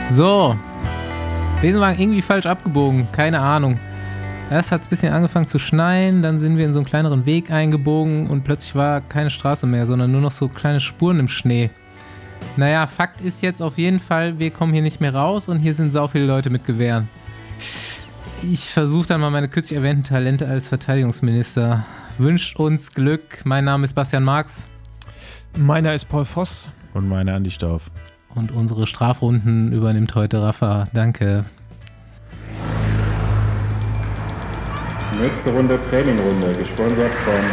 So, Besenwagen irgendwie falsch abgebogen, keine Ahnung. Erst hat es ein bisschen angefangen zu schneien, dann sind wir in so einen kleineren Weg eingebogen und plötzlich war keine Straße mehr, sondern nur noch so kleine Spuren im Schnee. Naja, Fakt ist jetzt auf jeden Fall, wir kommen hier nicht mehr raus und hier sind sau viele Leute mit Gewehren. Ich versuche dann mal meine kürzlich erwähnten Talente als Verteidigungsminister. Wünscht uns Glück. Mein Name ist Bastian Marx. Meiner ist Paul Voss. Und meiner Andi Stauf. Und unsere Strafrunden übernimmt heute Rafa. Danke. Nächste Runde Trainingrunde, gesponsert von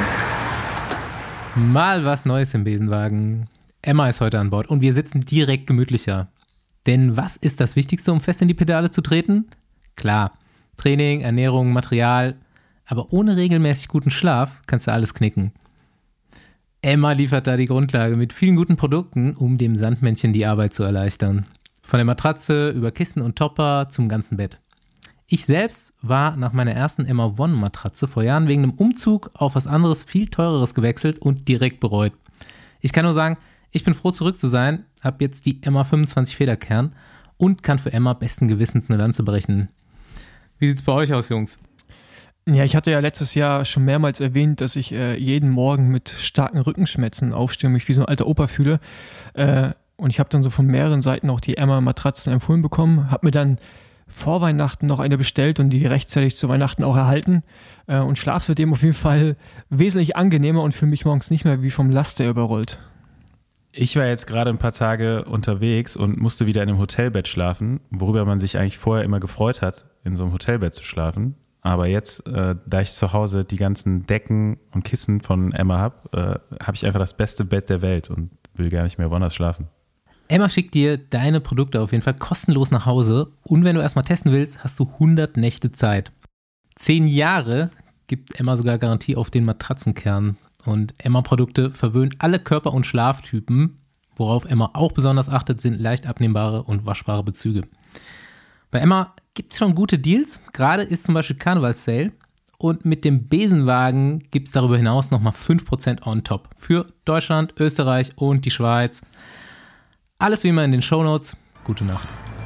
Mal was Neues im Besenwagen. Emma ist heute an Bord und wir sitzen direkt gemütlicher. Denn was ist das Wichtigste, um fest in die Pedale zu treten? Klar, Training, Ernährung, Material. Aber ohne regelmäßig guten Schlaf kannst du alles knicken. Emma liefert da die Grundlage mit vielen guten Produkten, um dem Sandmännchen die Arbeit zu erleichtern. Von der Matratze über Kissen und Topper zum ganzen Bett. Ich selbst war nach meiner ersten Emma One Matratze vor Jahren wegen einem Umzug auf was anderes, viel teureres gewechselt und direkt bereut. Ich kann nur sagen, ich bin froh zurück zu sein, habe jetzt die Emma 25 Federkern und kann für Emma besten Gewissens eine Lanze brechen. Wie sieht's bei euch aus, Jungs? Ja, ich hatte ja letztes Jahr schon mehrmals erwähnt, dass ich jeden Morgen mit starken Rückenschmerzen aufstehe und mich wie so ein alter Opa fühle. Und ich habe dann so von mehreren Seiten auch die Emma-Matratzen empfohlen bekommen, habe mir dann vor Weihnachten noch eine bestellt und die rechtzeitig zu Weihnachten auch erhalten und schlafe seitdem auf jeden Fall wesentlich angenehmer und fühle mich morgens nicht mehr wie vom Laster überrollt. Ich war jetzt gerade ein paar Tage unterwegs und musste wieder in einem Hotelbett schlafen, worüber man sich eigentlich vorher immer gefreut hat, in so einem Hotelbett zu schlafen. Aber jetzt, da ich zu Hause die ganzen Decken und Kissen von Emma habe, habe ich einfach das beste Bett der Welt und will gar nicht mehr woanders schlafen. Emma schickt dir deine Produkte auf jeden Fall kostenlos nach Hause und wenn du erstmal testen willst, hast du 100 Nächte Zeit. 10 Jahre gibt Emma sogar Garantie auf den Matratzenkern und Emma-Produkte verwöhnen alle Körper- und Schlaftypen. Worauf Emma auch besonders achtet, sind leicht abnehmbare und waschbare Bezüge. Bei Emma gibt es schon gute Deals, gerade ist zum Beispiel Karneval-Sale und mit dem Besenwagen gibt es darüber hinaus nochmal 5% on top für Deutschland, Österreich und die Schweiz. Alles wie immer in den Shownotes. Gute Nacht.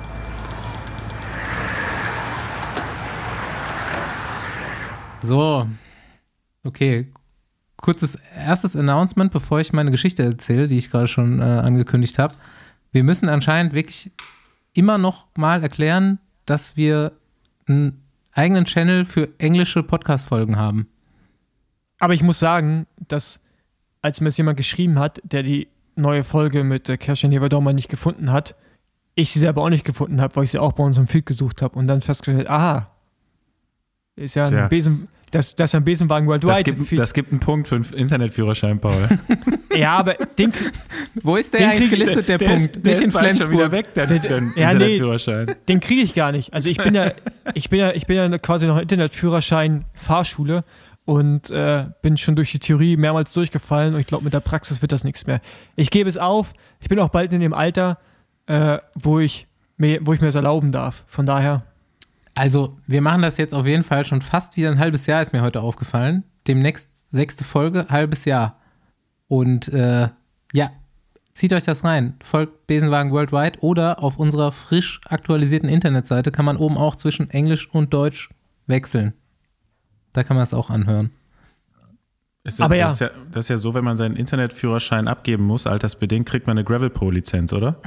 So, okay, kurzes erstes Announcement, bevor ich meine Geschichte erzähle, die ich gerade schon angekündigt habe. Wir müssen anscheinend wirklich immer noch mal erklären, dass wir einen eigenen Channel für englische Podcast-Folgen haben. Aber ich muss sagen, dass als mir das jemand geschrieben hat, der die neue Folge mit Kerstin Neverdormer nicht gefunden hat, ich sie selber auch nicht gefunden habe, weil ich sie auch bei uns im Feed gesucht habe und dann festgestellt, aha, ist ja ein das ist ein Besenwagen Worldwide. Das gibt einen Punkt für einen Internetführerschein, Paul. Ja, aber wo ist der eigentlich gelistet, der Punkt? Nicht in Flensburg. Schon wieder weg, der Internetführerschein. Den kriege ich gar nicht. Also ich bin ja quasi noch Internetführerschein-Fahrschule und bin schon durch die Theorie mehrmals durchgefallen und ich glaube, mit der Praxis wird das nichts mehr. Ich gebe es auf. Ich bin auch bald in dem Alter, wo ich mir das erlauben darf. Von daher. Also, wir machen das jetzt auf jeden Fall schon fast wieder ein halbes Jahr, ist mir heute aufgefallen. Demnächst 6. Folge, halbes Jahr. Und ja, zieht euch das rein. Folgt Besenwagen Worldwide oder auf unserer frisch aktualisierten Internetseite kann man oben auch zwischen Englisch und Deutsch wechseln. Da kann man es auch anhören. Das ist ja so, wenn man seinen Internetführerschein abgeben muss, altersbedingt, kriegt man eine Gravel-Pro-Lizenz, oder?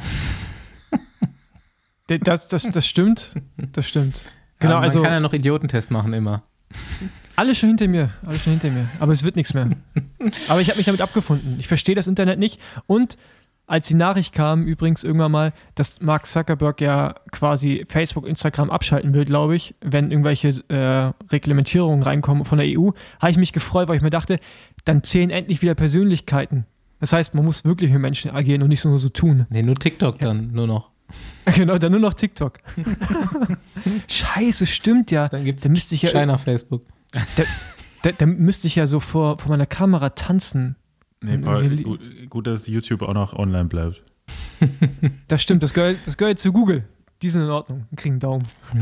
Das stimmt. Das stimmt. Genau, man kann ja noch Idiotentest machen immer. Alles schon hinter mir. Aber es wird nichts mehr. Aber ich habe mich damit abgefunden. Ich verstehe das Internet nicht. Und als die Nachricht kam, übrigens irgendwann mal, dass Mark Zuckerberg ja quasi Facebook, Instagram abschalten will, glaube ich, wenn irgendwelche Reglementierungen reinkommen von der EU, habe ich mich gefreut, weil ich mir dachte, dann zählen endlich wieder Persönlichkeiten. Das heißt, man muss wirklich mit Menschen agieren und nicht nur so tun. Nee, nur TikTok dann, nur noch. Genau, dann nur noch TikTok. Scheiße, stimmt ja. Dann gibt es Schein auf Facebook. Dann müsste ich ja so vor meiner Kamera tanzen. Nee, gut, dass YouTube auch noch online bleibt. Das stimmt, das gehört zu Google. Die sind in Ordnung, die kriegen einen Daumen.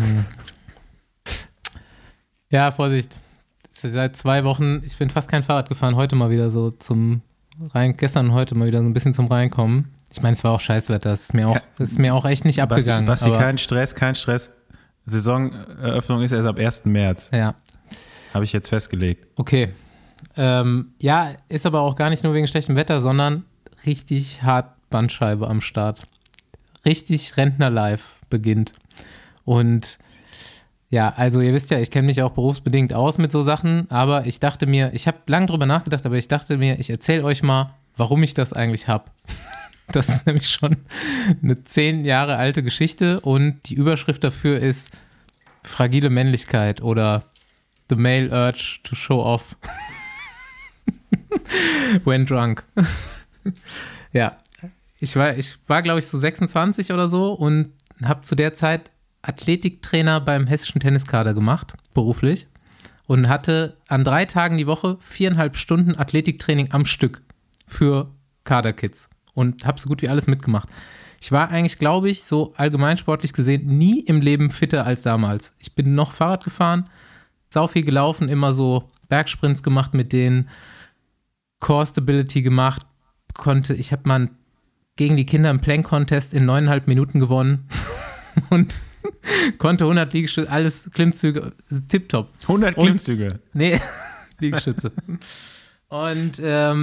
Ja, Vorsicht. Seit 2 Wochen, ich bin fast kein Fahrrad gefahren, heute mal wieder so gestern und heute mal wieder so ein bisschen zum Reinkommen. Ich meine, es war auch Scheißwetter. Das ist mir auch echt nicht abgegangen. Basti, aber, kein Stress. Saisoneröffnung ist erst ab 1. März. Ja. Habe ich jetzt festgelegt. Okay. Ja, ist aber auch gar nicht nur wegen schlechtem Wetter, sondern richtig hart Bandscheibe am Start. Richtig Rentner-Life beginnt. Und ja, also ihr wisst ja, ich kenne mich auch berufsbedingt aus mit so Sachen, aber ich dachte mir, ich habe lange drüber nachgedacht, aber ich dachte mir, ich erzähle euch mal, warum ich das eigentlich habe. Das ist nämlich schon eine 10 Jahre alte Geschichte und die Überschrift dafür ist fragile Männlichkeit oder The Male Urge to Show Off when drunk. Ja, ich war glaube ich so 26 oder so und habe zu der Zeit Athletiktrainer beim hessischen Tenniskader gemacht, beruflich, und hatte an 3 Tagen die Woche 4,5 Stunden Athletiktraining am Stück für Kaderkids und habe so gut wie alles mitgemacht. Ich war eigentlich, glaube ich, so allgemeinsportlich gesehen nie im Leben fitter als damals. Ich bin noch Fahrrad gefahren, sau viel gelaufen, immer so Bergsprints gemacht mit denen, Core Stability gemacht, ich habe mal gegen die Kinder im Plank-Contest in 9,5 Minuten gewonnen und konnte 100 Liegestütze, alles Klimmzüge, tipptopp. 100 Klimmzüge? Nee, Liegestütze. Und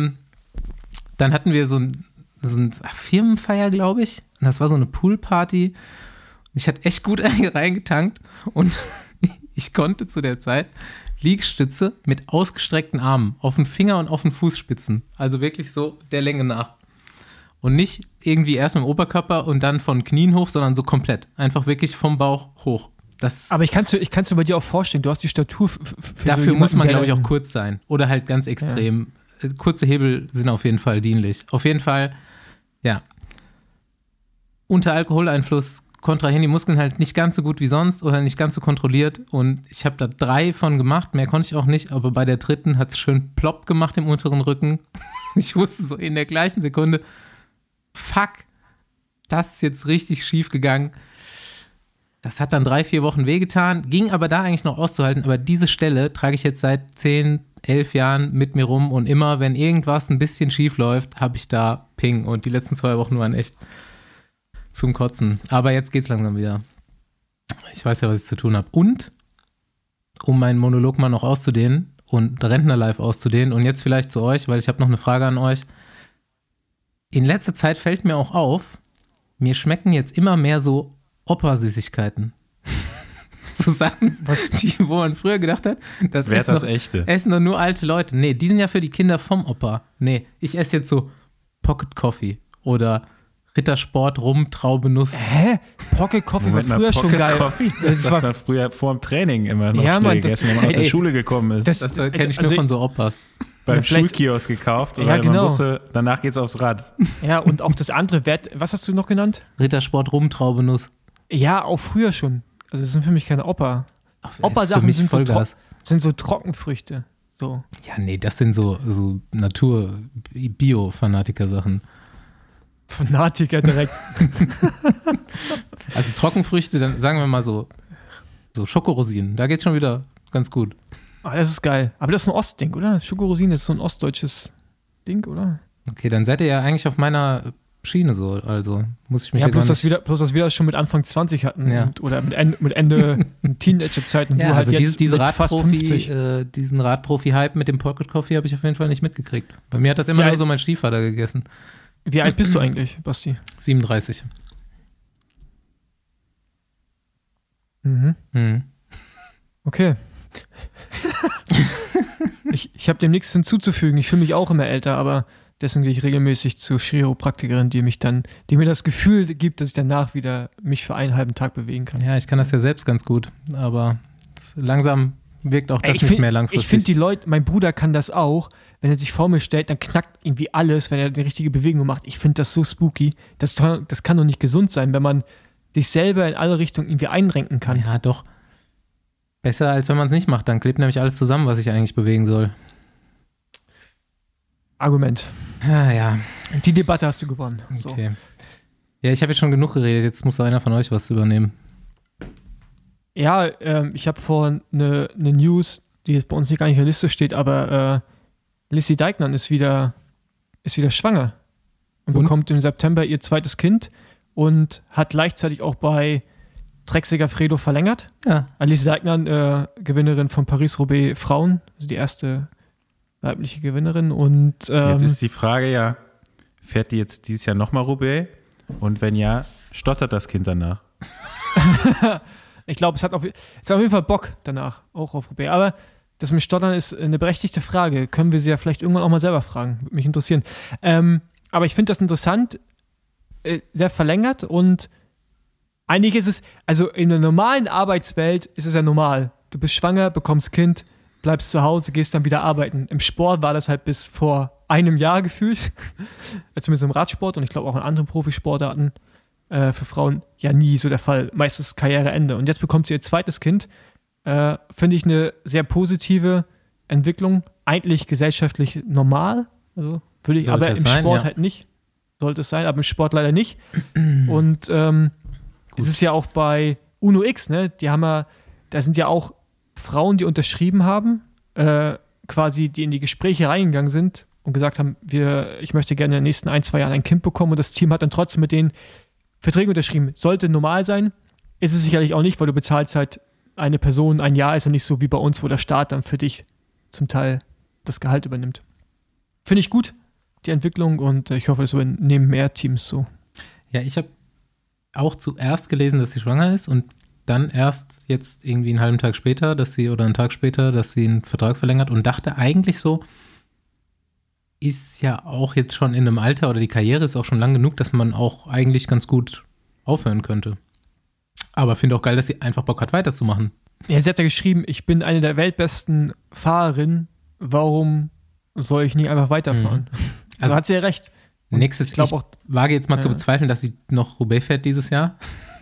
dann hatten wir so ein Firmenfeier, glaube ich. Und das war so eine Poolparty. Ich hatte echt gut reingetankt und ich konnte zu der Zeit Liegestütze mit ausgestreckten Armen auf den Finger und auf den Fußspitzen. Also wirklich so der Länge nach. Und nicht irgendwie erst mit dem Oberkörper und dann von Knien hoch, sondern so komplett. Einfach wirklich vom Bauch hoch. Aber ich kann es mir bei dir auch vorstellen, du hast die Statur für dafür so muss man, glaube ich, auch kurz sein. Oder halt ganz extrem. Ja. Kurze Hebel sind auf jeden Fall dienlich. Auf jeden Fall, ja. Unter Alkoholeinfluss kontrahieren die Muskeln halt nicht ganz so gut wie sonst oder nicht ganz so kontrolliert. Und ich habe da 3 von gemacht, mehr konnte ich auch nicht. Aber bei der 3. hat es schön plopp gemacht im unteren Rücken. Ich wusste so in der gleichen Sekunde, fuck, das ist jetzt richtig schief gegangen. Das hat dann 3-4 Wochen wehgetan, ging aber da eigentlich noch auszuhalten. Aber diese Stelle trage ich jetzt seit 10, 11 Jahren mit mir rum und immer, wenn irgendwas ein bisschen schief läuft, habe ich da Ping. Und die letzten 2 Wochen waren echt zum Kotzen. Aber jetzt geht's langsam wieder. Ich weiß ja, was ich zu tun habe. Und, um meinen Monolog mal noch auszudehnen und Rentner-Life auszudehnen und jetzt vielleicht zu euch, weil ich habe noch eine Frage an euch. In letzter Zeit fällt mir auch auf, mir schmecken jetzt immer mehr so Opa-Süßigkeiten. So Sachen, wo man früher gedacht hat, das essen doch nur alte Leute. Nee, die sind ja für die Kinder vom Opa. Nee, ich esse jetzt so Pocket Coffee oder Rittersport, Rum, Traube, Nuss. Hä? Pocket Coffee war früher schon geil. Coffee? Das war früher vor dem Training immer noch gegessen, wenn man aus der Schule gekommen ist. Das kenne ich nur von so Opas. Beim Schulkiosk gekauft, weil man wusste, danach geht's aufs Rad. Ja, und auch das andere was hast du noch genannt? Rittersport, Rum, Traube, Nuss. Ja, auch früher schon. Also das sind für mich keine Opa. Opa-Sachen sind so Trockenfrüchte. So. Ja, nee, das sind so Natur-Bio-Fanatiker-Sachen. Fanatiker direkt. Also Trockenfrüchte, dann sagen wir mal so Schokorosinen, da geht's schon wieder ganz gut. Ah, das ist geil. Aber das ist ein Ostding, oder? Schokorosinen ist so ein ostdeutsches Ding, oder? Okay, dann seid ihr ja eigentlich auf meiner Schiene so, also muss ich mich plus dass wir das schon mit Anfang 20 hatten oder mit Ende Teenager-Zeiten. Ja, du halt also jetzt diesen Radprofi-Hype mit dem Pocket Coffee habe ich auf jeden Fall nicht mitgekriegt. Bei mir hat das immer nur so mein Stiefvater gegessen. Wie alt bist du eigentlich, Basti? 37. Okay. Ich habe dem nichts hinzuzufügen. Ich fühle mich auch immer älter, aber deswegen gehe ich regelmäßig zur Chiropraktikerin, die mir das Gefühl gibt, dass ich danach wieder mich für einen halben Tag bewegen kann. Ja, ich kann das ja selbst ganz gut, aber langsam wirkt auch das nicht mehr langfristig. Ich finde die Leute, mein Bruder kann das auch, wenn er sich vor mir stellt, dann knackt irgendwie alles, wenn er die richtige Bewegung macht. Ich finde das so spooky. Das kann doch nicht gesund sein, wenn man sich selber in alle Richtungen irgendwie einrenken kann. Ja, doch. Besser, als wenn man es nicht macht. Dann klebt nämlich alles zusammen, was ich eigentlich bewegen soll. Argument. Ja. Die Debatte hast du gewonnen. So. Okay. Ja, ich habe jetzt schon genug geredet. Jetzt muss einer von euch was übernehmen. Ja, ich habe vorhin eine News, die jetzt bei uns hier gar nicht in der Liste steht, aber Lizzie Deignan ist wieder schwanger. und bekommt im September ihr zweites Kind und hat gleichzeitig auch bei Trek Segafredo verlängert. Ja. Alice Seigner, Gewinnerin von Paris-Roubaix Frauen, also die erste weibliche Gewinnerin. Und Jetzt ist die Frage ja, fährt die jetzt dieses Jahr nochmal Roubaix? Und wenn ja, stottert das Kind danach? ich glaube, es hat auf jeden Fall Bock danach, auch auf Roubaix. Aber das mit Stottern ist eine berechtigte Frage. Können wir sie ja vielleicht irgendwann auch mal selber fragen. Würde mich interessieren. Aber ich finde das interessant, sehr verlängert und eigentlich ist es, also in der normalen Arbeitswelt ist es ja normal. Du bist schwanger, bekommst Kind, bleibst zu Hause, gehst dann wieder arbeiten. Im Sport war das halt bis vor einem Jahr gefühlt. Zumindest im Radsport und ich glaube auch in anderen Profisportarten für Frauen ja nie so der Fall. Meistens Karriereende. Und jetzt bekommt sie ihr zweites Kind. Finde ich eine sehr positive Entwicklung. Eigentlich gesellschaftlich normal. Also würde ich, Sollte aber es im sein, Sport ja. halt nicht. Sollte es sein, aber im Sport leider nicht. Und es ist ja auch bei Uno X, ne? Da sind ja auch Frauen, die unterschrieben haben, quasi, die in die Gespräche reingegangen sind und gesagt haben, ich möchte gerne in den nächsten 1-2 Jahren ein Kind bekommen und das Team hat dann trotzdem mit denen Verträge unterschrieben. Sollte normal sein, ist es sicherlich auch nicht, weil du bezahlst halt eine Person, ein Jahr ist ja nicht so wie bei uns, wo der Staat dann für dich zum Teil das Gehalt übernimmt. Finde ich gut, die Entwicklung, und ich hoffe, das übernehmen mehr Teams so. Ja, ich habe auch zuerst gelesen, dass sie schwanger ist und dann erst jetzt irgendwie einen halben Tag später, oder einen Tag später, dass sie einen Vertrag verlängert und dachte eigentlich so, ist ja auch jetzt schon in einem Alter oder die Karriere ist auch schon lang genug, dass man auch eigentlich ganz gut aufhören könnte. Aber finde auch geil, dass sie einfach Bock hat, weiterzumachen. Ja, sie hat ja geschrieben, ich bin eine der weltbesten Fahrerinnen, warum soll ich nicht einfach weiterfahren? Also hat sie ja recht. Und ich wage jetzt mal zu Ja. bezweifeln, dass sie noch Roubaix fährt dieses Jahr.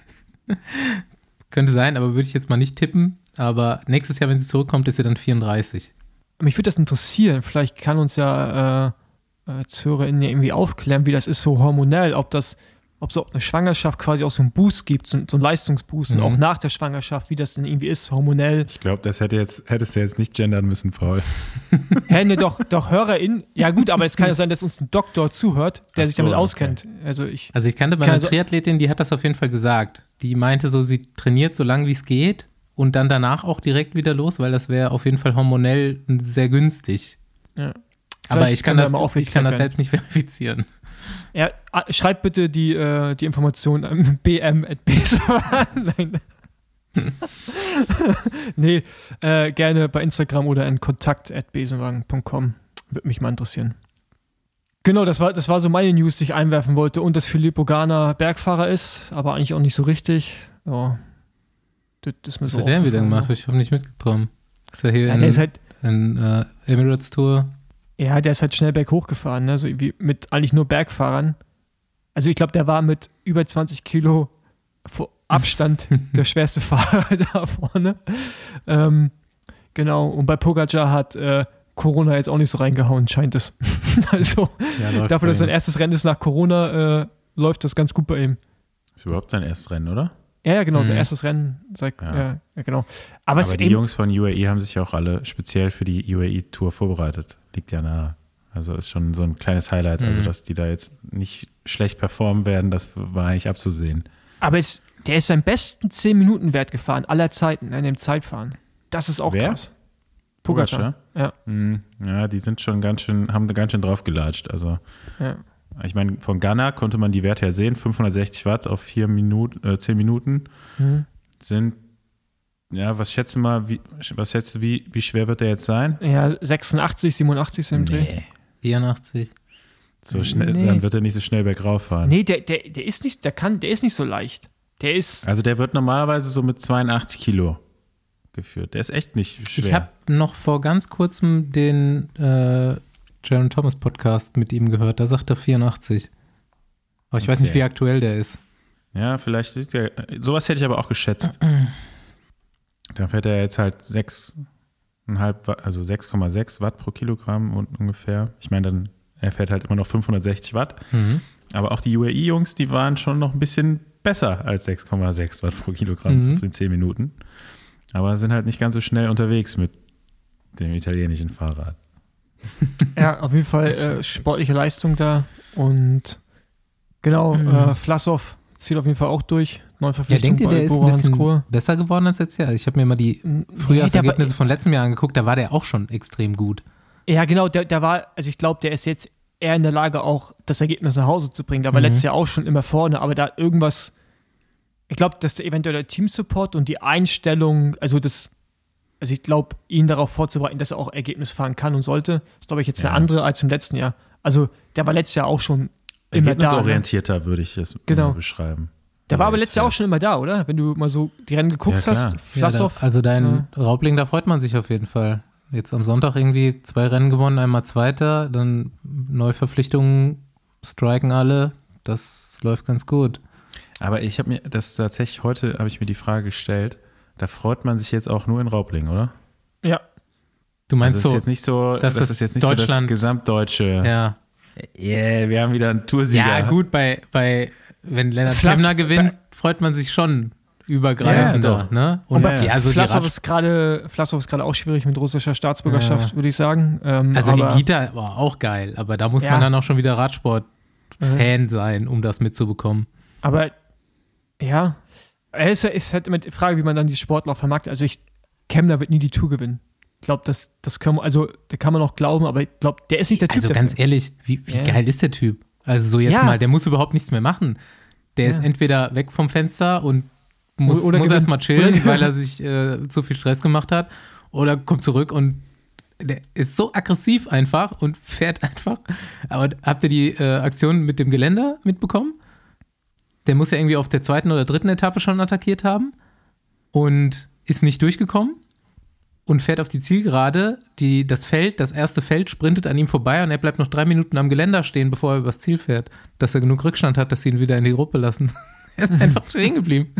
Könnte sein, aber würde ich jetzt mal nicht tippen. Aber nächstes Jahr, wenn sie zurückkommt, ist sie dann 34. Mich würde das interessieren. Vielleicht kann uns ja als HörerInnen ja irgendwie aufklären, wie das ist so hormonell, ob es eine Schwangerschaft quasi auch so einen Boost gibt, so einen Leistungsboost, und auch nach der Schwangerschaft, wie das denn irgendwie ist, hormonell. Ich glaube, das hättest du jetzt nicht gendern müssen, Paul. Hä, ne, doch, HörerInnen. Ja gut, aber es kann ja sein, dass uns ein Doktor zuhört, der sich damit okay. auskennt. Also ich kannte bei einer Triathletin, die hat das auf jeden Fall gesagt. Die meinte so, sie trainiert so lange wie es geht und dann danach auch direkt wieder los, weil das wäre auf jeden Fall hormonell sehr günstig. Ja. Aber Vielleicht ich kann können wir das mal aufgeklärt werden. selbst nicht verifizieren. Ja, schreibt bitte die Informationen an bm@besenwagen. Nein. Nee, gerne bei Instagram oder an kontakt@besenwagen.com. Würde mich mal interessieren. Genau, das war so meine News, die ich einwerfen wollte. Und dass Filippo Ganna Bergfahrer ist, aber eigentlich auch nicht so richtig. Ja, das ist mir Was so hat der denn wieder aufgefallen. gemacht? Ich habe nicht mitbekommen. Ist er hier Ja, der ist halt in Emirates Tour? Ja, der ist halt schnell berghoch gefahren, ne? So wie mit eigentlich nur Bergfahrern. Also ich glaube, der war mit über 20 Kilo Abstand der schwerste Fahrer da vorne. Genau, und bei Pogacar hat Corona jetzt auch nicht so reingehauen, scheint es. Also läuft dafür, bei dass sein ihm. erstes Rennen ist nach Corona, läuft das ganz gut bei ihm. Ist überhaupt sein erstes Rennen, oder? Ja, genau, sein erstes Rennen. Ja, genau. Aber Aber die Jungs von UAE haben sich ja auch alle speziell für die UAE-Tour vorbereitet. Liegt ja nahe. Also ist schon so ein kleines Highlight. Also, dass die da jetzt nicht schlecht performen werden, das war eigentlich abzusehen. Aber der ist seinen besten 10-Minuten-Wert gefahren, aller Zeiten, in dem Zeitfahren. Das ist auch Wer? krass. Pogacar. Ja. Ja, die sind schon haben da ganz schön drauf gelatscht. Also, Ja. ich meine, von Ganna konnte man die Werte ja sehen. 560 Watt auf 10 Minuten sind, ja, was schätzt du, wie schwer wird der jetzt sein? Ja, 86, 87 sind im Dreh. 84. So schnell, Nee. dann wird er nicht so schnell bergauf fahren. Nee, der ist nicht, der ist nicht so leicht. Der ist, Also der wird normalerweise so mit 82 Kilo geführt. Der ist echt nicht schwer. Ich habe noch vor ganz kurzem den Jaron Thomas Podcast mit ihm gehört. Da sagt er 84. Aber ich weiß nicht, Okay. wie aktuell der ist. Ja, vielleicht ist der. Sowas hätte ich aber auch geschätzt. Dann fährt er jetzt halt 6,5 Watt, also 6,6 Watt pro Kilogramm und ungefähr. Ich meine, dann er fährt halt immer noch 560 Watt. Aber auch die UAE-Jungs, die waren schon noch ein bisschen besser als 6,6 Watt pro Kilogramm auf den 10 Minuten. Aber sind halt nicht ganz so schnell unterwegs mit dem italienischen Fahrrad. ja, auf jeden Fall sportliche Leistung da und Genau, Vlasov zieht auf jeden Fall auch durch. Ja, Neuverpflichtung denkt ihr, der ist ein Bora bisschen Hansgrohe. besser geworden als letztes Jahr? Ich habe mir mal die Frühjahrsergebnisse von letztem Jahr angeguckt, da war der auch schon extrem gut. Ja, genau, der war, also ich glaube, der ist jetzt eher in der Lage, auch das Ergebnis nach Hause zu bringen. Der war letztes Jahr auch schon immer vorne, aber da irgendwas, ich glaube, dass eventuell der Teamsupport und die Einstellung, also ich glaube, ihn darauf vorzubereiten, dass er auch Ergebnis fahren kann und sollte, ist, glaube ich, jetzt eine andere als im letzten Jahr. Also der war letztes Jahr auch schon immer da. Ergebnisorientierter würde ich das beschreiben. Der war aber letztes Jahr auch schon immer da, oder? Wenn du mal so die Rennen geguckt hast, Vlasov. Ja, also dein Raubling, da freut man sich auf jeden Fall. Jetzt am Sonntag irgendwie 2 Rennen gewonnen, einmal Zweiter, dann Neuverpflichtungen, striken alle. Das läuft ganz gut. Aber ich habe mir das tatsächlich, heute habe ich mir die Frage gestellt, da freut man sich jetzt auch nur in Raubling, oder? Ja. Du meinst das ist jetzt nicht so, das ist jetzt nicht so das gesamtdeutsche. Ja. Yeah, wir haben wieder einen Toursieger. Ja, gut, wenn Lennart Klemner gewinnt, freut man sich schon übergreifender. Ja, ne? Und bei Vlasov ist gerade auch schwierig mit russischer Staatsbürgerschaft, würde ich sagen. Also Higita war auch geil, aber da muss man dann auch schon wieder Radsport-Fan sein, um das mitzubekommen. Aber ja, es ist halt immer die Frage, wie man dann die Sportler vermarktet. Also Kemner wird nie die Tour gewinnen. Ich glaube, das können wir, also da kann man auch glauben, aber ich glaube, der ist nicht der Typ. Also ganz ehrlich, wie geil ist der Typ? Also so jetzt mal, der muss überhaupt nichts mehr machen. Der ist entweder weg vom Fenster und muss erstmal chillen, weil er sich zu viel Stress gemacht hat, oder kommt zurück und der ist so aggressiv einfach und fährt einfach. Aber habt ihr die Aktion mit dem Geländer mitbekommen? Der muss ja irgendwie auf der 2. oder 3. Etappe schon attackiert haben und ist nicht durchgekommen und fährt auf die Zielgerade. Das erste Feld sprintet an ihm vorbei und er bleibt noch 3 Minuten am Geländer stehen, bevor er übers Ziel fährt, dass er genug Rückstand hat, dass sie ihn wieder in die Gruppe lassen. Er ist einfach stehen geblieben.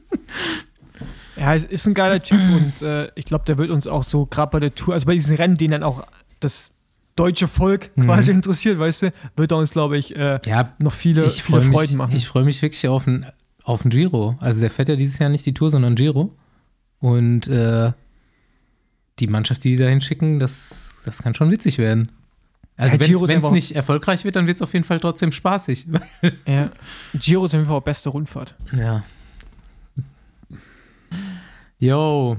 Ja, es ist ein geiler Typ und ich glaube, der wird uns auch so, gerade bei der Tour, also bei diesen Rennen, denen dann auch das deutsche Volk quasi interessiert, weißt du, wird er uns, glaube ich, noch viele Freuden machen. Ich freue mich wirklich auf einen Giro. Also der fährt ja dieses Jahr nicht die Tour, sondern Giro. Und die Mannschaft, die da hinschicken, das kann schon witzig werden. Also wenn es nicht erfolgreich wird, dann wird es auf jeden Fall trotzdem spaßig. Ja, Giro ist auf jeden Fall auch beste Rundfahrt. Ja. Jo,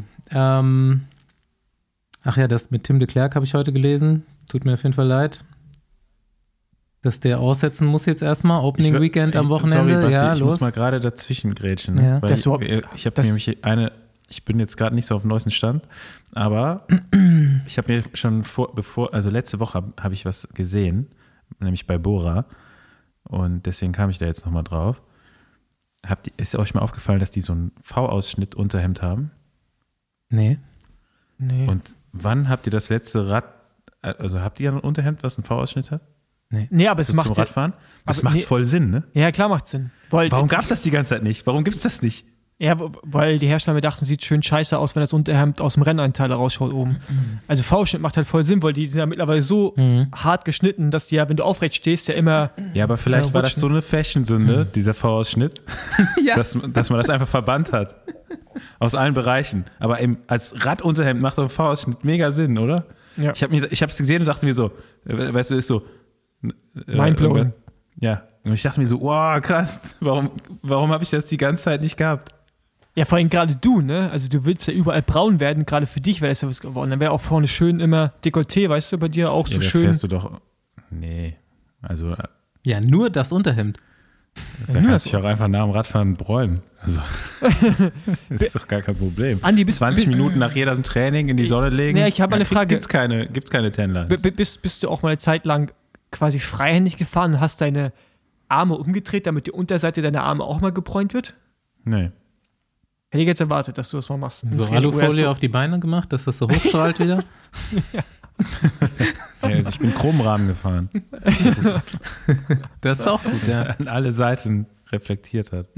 ach ja, das mit Tim de Klerk habe ich heute gelesen. Tut mir auf jeden Fall leid, dass der aussetzen muss jetzt erstmal. Opening Weekend am Wochenende. Sorry, Basti, ja, ich muss mal gerade dazwischen grätschen. Ne? Ja. Weil ich habe nämlich ich bin jetzt gerade nicht so auf dem neuesten Stand, aber ich habe mir schon letzte Woche habe ich was gesehen, nämlich bei Bora, und deswegen kam ich da jetzt nochmal drauf. Ist euch mal aufgefallen, dass die so einen V-Ausschnitt Unterhemd haben? Nee. Und wann habt ihr das letzte habt ihr ein Unterhemd, was einen V-Ausschnitt hat? Nee, aber es macht zum Radfahren? Das macht voll Sinn, ne? Ja, klar macht Sinn. Warum gab es das die ganze Zeit nicht? Warum gibt es das nicht? Ja, weil die Hersteller mir dachten, sieht schön scheiße aus, wenn das Unterhemd aus dem Renneinteiler rausschaut oben. Also V-Schnitt macht halt voll Sinn, weil die sind ja mittlerweile so hart geschnitten, dass die ja, wenn du aufrecht stehst, ja immer. Ja, aber vielleicht war das so eine Fashion-Sünde, dieser V-Ausschnitt, dass man das einfach verbannt hat. Aus allen Bereichen. Aber als Radunterhemd macht so ein V-Ausschnitt mega Sinn, oder? Ja. Ich habe es gesehen und dachte mir so, weißt du, ist so. Mindblowing. Ja. Und ich dachte mir so, wow, krass, warum habe ich das die ganze Zeit nicht gehabt? Ja, vor allem gerade du, ne? Also du willst ja überall braun werden, gerade für dich wäre das ja was geworden. Dann wäre auch vorne schön immer Dekolleté, weißt du, bei dir auch so schön. Fährst du doch. Nee. Also. Ja, nur das Unterhemd. Da kannst du dich auch einfach nach dem Radfahren bräunen. Also. Das ist doch gar kein Problem. Andi, 20 Minuten nach jedem Training in die Sonne legen. Nee, ich habe eine Frage. Gibt's keine Tanlines. Bist du auch mal eine Zeit lang quasi freihändig gefahren und hast deine Arme umgedreht, damit die Unterseite deiner Arme auch mal gebräunt wird? Nee. Hätte ich jetzt erwartet, dass du das mal machst. So Alufolie auf die Beine gemacht, dass das so hochstrahlt wieder? Ja. Ja, also ich bin Chromrahmen gefahren. Das ist auch gut, ja. An alle Seiten reflektiert hat.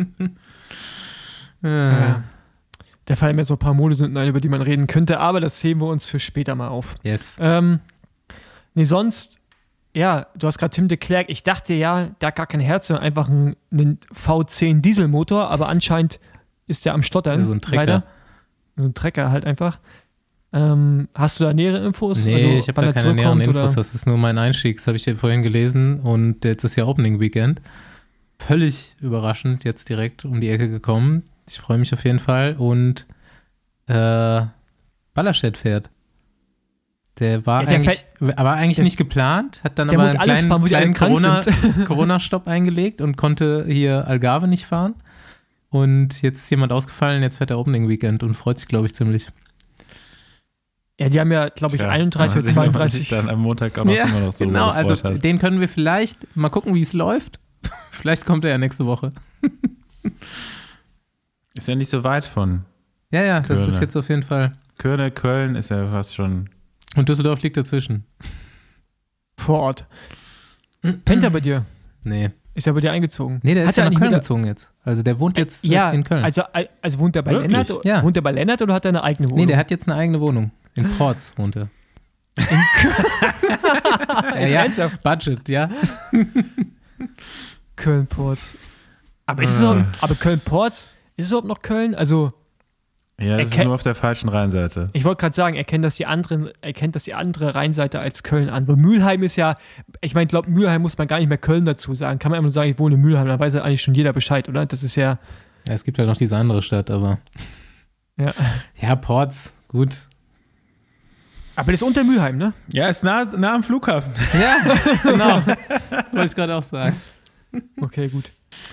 Ja. Da fallen mir so ein paar Modesünden ein, über die man reden könnte, aber das heben wir uns für später mal auf. Yes. Nee, sonst, ja, du hast gerade Tim de Klerk, ich dachte ja, der hat gar kein Herz, sondern einfach einen V10 Dieselmotor, aber anscheinend ist der am Stottern. Ja, so ein Trecker. Leider. So ein Trecker halt einfach. Hast du da nähere Infos? Nee, also, ich habe da keine näheren Infos, das ist nur mein Einstieg, das habe ich dir vorhin gelesen und jetzt ist ja Opening Weekend. völlig überraschend jetzt direkt um die Ecke gekommen. Ich freue mich auf jeden Fall. Und Ballerstedt fährt. Der war eigentlich nicht geplant, hat dann aber einen kleinen Corona-Stopp eingelegt und konnte hier Algarve nicht fahren. Und jetzt ist jemand ausgefallen, jetzt fährt der Opening Weekend und freut sich, glaube ich, ziemlich. Ja, die haben ja, glaube ich, 31 oder 32. Dann am Montag auch noch immer noch so genau, also hast. Den können wir vielleicht mal gucken, wie es läuft. Vielleicht kommt er ja nächste Woche. Ist ja nicht so weit von Ja, das Köln. ist jetzt auf jeden Fall. Köln ist ja fast schon. Und Düsseldorf liegt dazwischen. Vor Ort. Pennt er bei dir? Nee. Ist er bei dir eingezogen? Nee, der ist ja nach Köln wieder gezogen jetzt. Also der wohnt jetzt in Köln. Also wohnt er bei Wirklich? Lennart? Ja. Wohnt er bei Lennart oder hat er eine eigene Wohnung? Nee, der hat jetzt eine eigene Wohnung. In Porz wohnt er. Ernsthaft? Budget, ja. Köln-Porz. Aber Köln-Porz, ist es überhaupt noch Köln? Also Ja, das ist nur auf der falschen Rheinseite. ich wollte gerade sagen, er kennt das die andere Rheinseite als Köln an. Weil Mülheim ist ja, ich meine, ich glaube, Mülheim muss man gar nicht mehr Köln dazu sagen. Kann man einfach nur sagen, ich wohne in Mülheim, dann weiß ja eigentlich schon jeder Bescheid, oder? Das ist ja. Ja, es gibt halt noch diese andere Stadt, aber. Ja. Ja, Porz, gut. Aber das ist unter Mülheim, ne? Ja, ist nah am Flughafen. Ja, genau. Wollte ich gerade auch sagen. Okay, gut.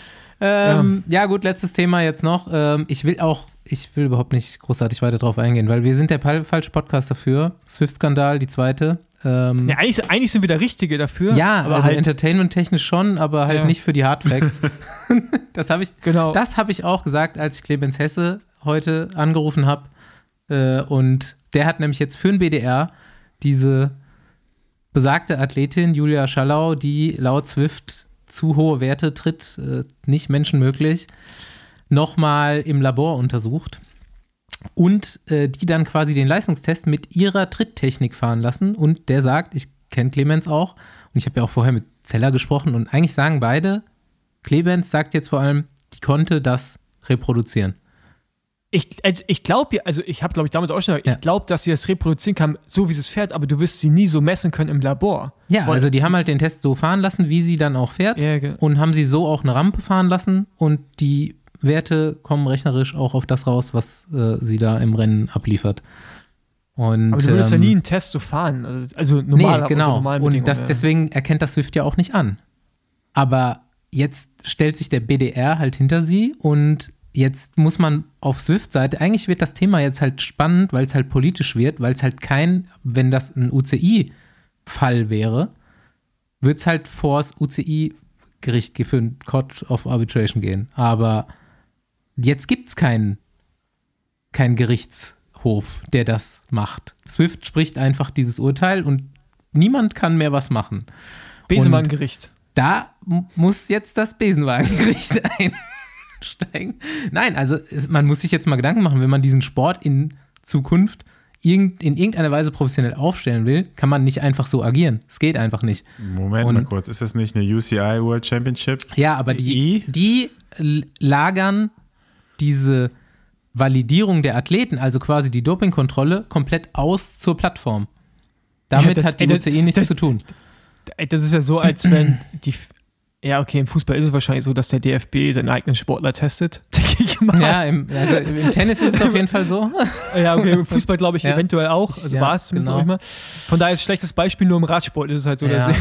Ja, gut, letztes Thema jetzt noch. Ich will überhaupt nicht großartig weiter drauf eingehen, weil wir sind der falsche Podcast dafür. Swift-Skandal, die zweite. Ja, eigentlich sind wir der Richtige dafür. Ja, aber also halt, entertainment-technisch schon, aber halt nicht für die Hard Facts. Das habe ich auch gesagt, als ich Clemens Hesse heute angerufen habe. Und der hat nämlich jetzt für den BDR diese besagte Athletin, Julia Schallau, die laut Swift zu hohe Werte tritt, nicht menschenmöglich, nochmal im Labor untersucht und die dann quasi den Leistungstest mit ihrer Tritttechnik fahren lassen. Und der sagt, ich kenne Clemens auch und ich habe ja auch vorher mit Zeller gesprochen und eigentlich sagen beide, Clemens sagt jetzt vor allem, die konnte das reproduzieren. Ich glaube, ich habe, glaube ich, damals auch schon gesagt, ich glaube, dass sie das reproduzieren kann, so wie sie es fährt, aber du wirst sie nie so messen können im Labor. Ja, also die haben halt den Test so fahren lassen, wie sie dann auch fährt und haben sie so auch eine Rampe fahren lassen und die Werte kommen rechnerisch auch auf das raus, was sie da im Rennen abliefert. Und, aber du würdest ja nie einen Test so fahren, also normal. Nee, genau, und deswegen erkennt das Swift ja auch nicht an. Aber jetzt stellt sich der BDR halt hinter sie und jetzt muss man auf Swift-Seite, eigentlich wird das Thema jetzt halt spannend, weil es halt politisch wird, weil es halt wenn das ein UCI-Fall wäre, wird es halt vor das UCI-Gericht für ein Court of Arbitration gehen. Aber jetzt gibt es keinen Gerichtshof, der das macht. Swift spricht einfach dieses Urteil und niemand kann mehr was machen. Besenwagengericht. Da muss jetzt das Besenwagengericht einsteigen. Nein, also man muss sich jetzt mal Gedanken machen, wenn man diesen Sport in Zukunft in irgendeiner Weise professionell aufstellen will, kann man nicht einfach so agieren. Es geht einfach nicht. Moment mal kurz, ist das nicht eine UCI World Championship? Ja, aber die lagern diese Validierung der Athleten, also quasi die Dopingkontrolle, komplett aus zur Plattform. Damit hat die UCI nichts zu tun. Das ist ja so, als wenn ja, okay, im Fußball ist es wahrscheinlich so, dass der DFB seinen eigenen Sportler testet, denke ich mal. Ja, im Tennis ist es auf jeden Fall so. Ja, okay, im Fußball glaube ich eventuell auch. Also war es zumindest auch immer. Von daher ist ein schlechtes Beispiel, nur im Radsport ist es halt so. Ja.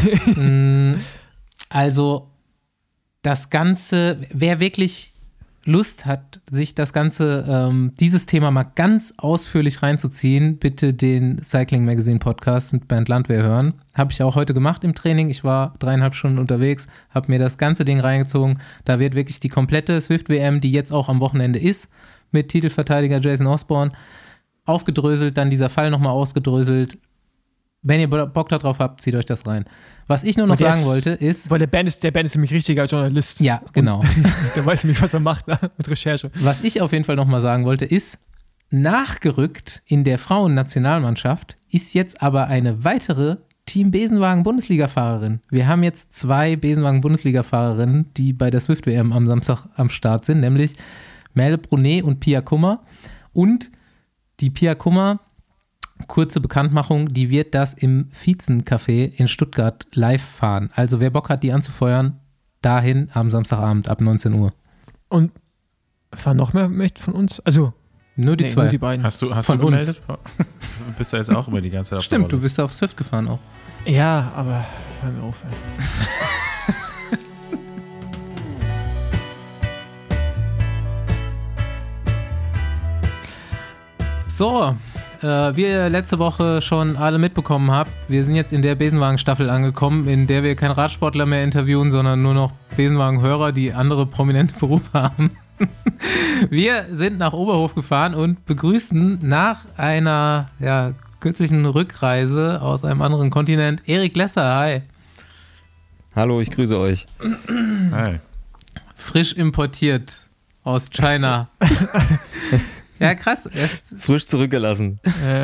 Also das Ganze, wer wirklich Lust hat, sich das Ganze, dieses Thema mal ganz ausführlich reinzuziehen, bitte den Cycling Magazine Podcast mit Bernd Landwehr hören. Habe ich auch heute gemacht im Training. Ich war 3,5 Stunden unterwegs, habe mir das ganze Ding reingezogen. Da wird wirklich die komplette Swift-WM, die jetzt auch am Wochenende ist, mit Titelverteidiger Jason Osborne, aufgedröselt, dann dieser Fall nochmal ausgedröselt. Wenn ihr Bock darauf habt, zieht euch das rein. Was ich nur noch sagen wollte, ist... Weil der Ben ist nämlich richtiger Journalist. Ja, genau. Der weiß nämlich, was er macht mit Recherche. Was ich auf jeden Fall nochmal sagen wollte, ist, nachgerückt in der Frauennationalmannschaft ist jetzt aber eine weitere Team Besenwagen-Bundesliga-Fahrerin. Wir haben jetzt 2 Besenwagen-Bundesliga-Fahrerinnen, die bei der Swift-WM am Samstag am Start sind, nämlich Merle Brunet und Pia Kummer. Und die Pia Kummer, kurze Bekanntmachung, die wird das im Vizen-Café in Stuttgart live fahren. Also wer Bock hat, die anzufeuern, dahin am Samstagabend ab 19 Uhr. Und fahren noch mehr mit von uns? Also, Nur die zwei. Nur die beiden. Hast du Von uns. gemeldet? Du bist ja jetzt auch immer die ganze Zeit auf der Stimmt, du Rolle. bist auf Swift gefahren auch. Ja, aber hör mir auf. Ey. So, wie ihr letzte Woche schon alle mitbekommen habt, wir sind jetzt in der Besenwagen-Staffel angekommen, in der wir keinen Radsportler mehr interviewen, sondern nur noch Besenwagen-Hörer, die andere prominente Berufe haben. Wir sind nach Oberhof gefahren und begrüßen nach einer kürzlichen Rückreise aus einem anderen Kontinent Erik Lesser. Hi. Hallo, ich grüße euch. Hi. Frisch importiert aus China. Ja, krass. Frisch zurückgelassen.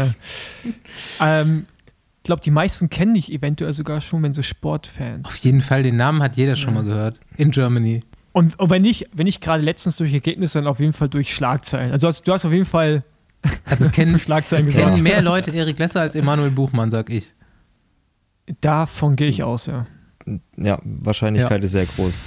Ich glaube, die meisten kennen dich eventuell sogar schon, wenn sie Sportfans. Auf jeden Fall, den Namen hat jeder schon mal gehört. In Germany. Und wenn nicht gerade letztens durch Ergebnisse, dann auf jeden Fall durch Schlagzeilen. Also du hast auf jeden Fall Also es kennen Schlagzeilen kennen gesagt. mehr Leute Erik Lesser als Emanuel Buchmann, sag ich. Davon gehe ich aus, ja. Ja, Wahrscheinlichkeit ist sehr groß.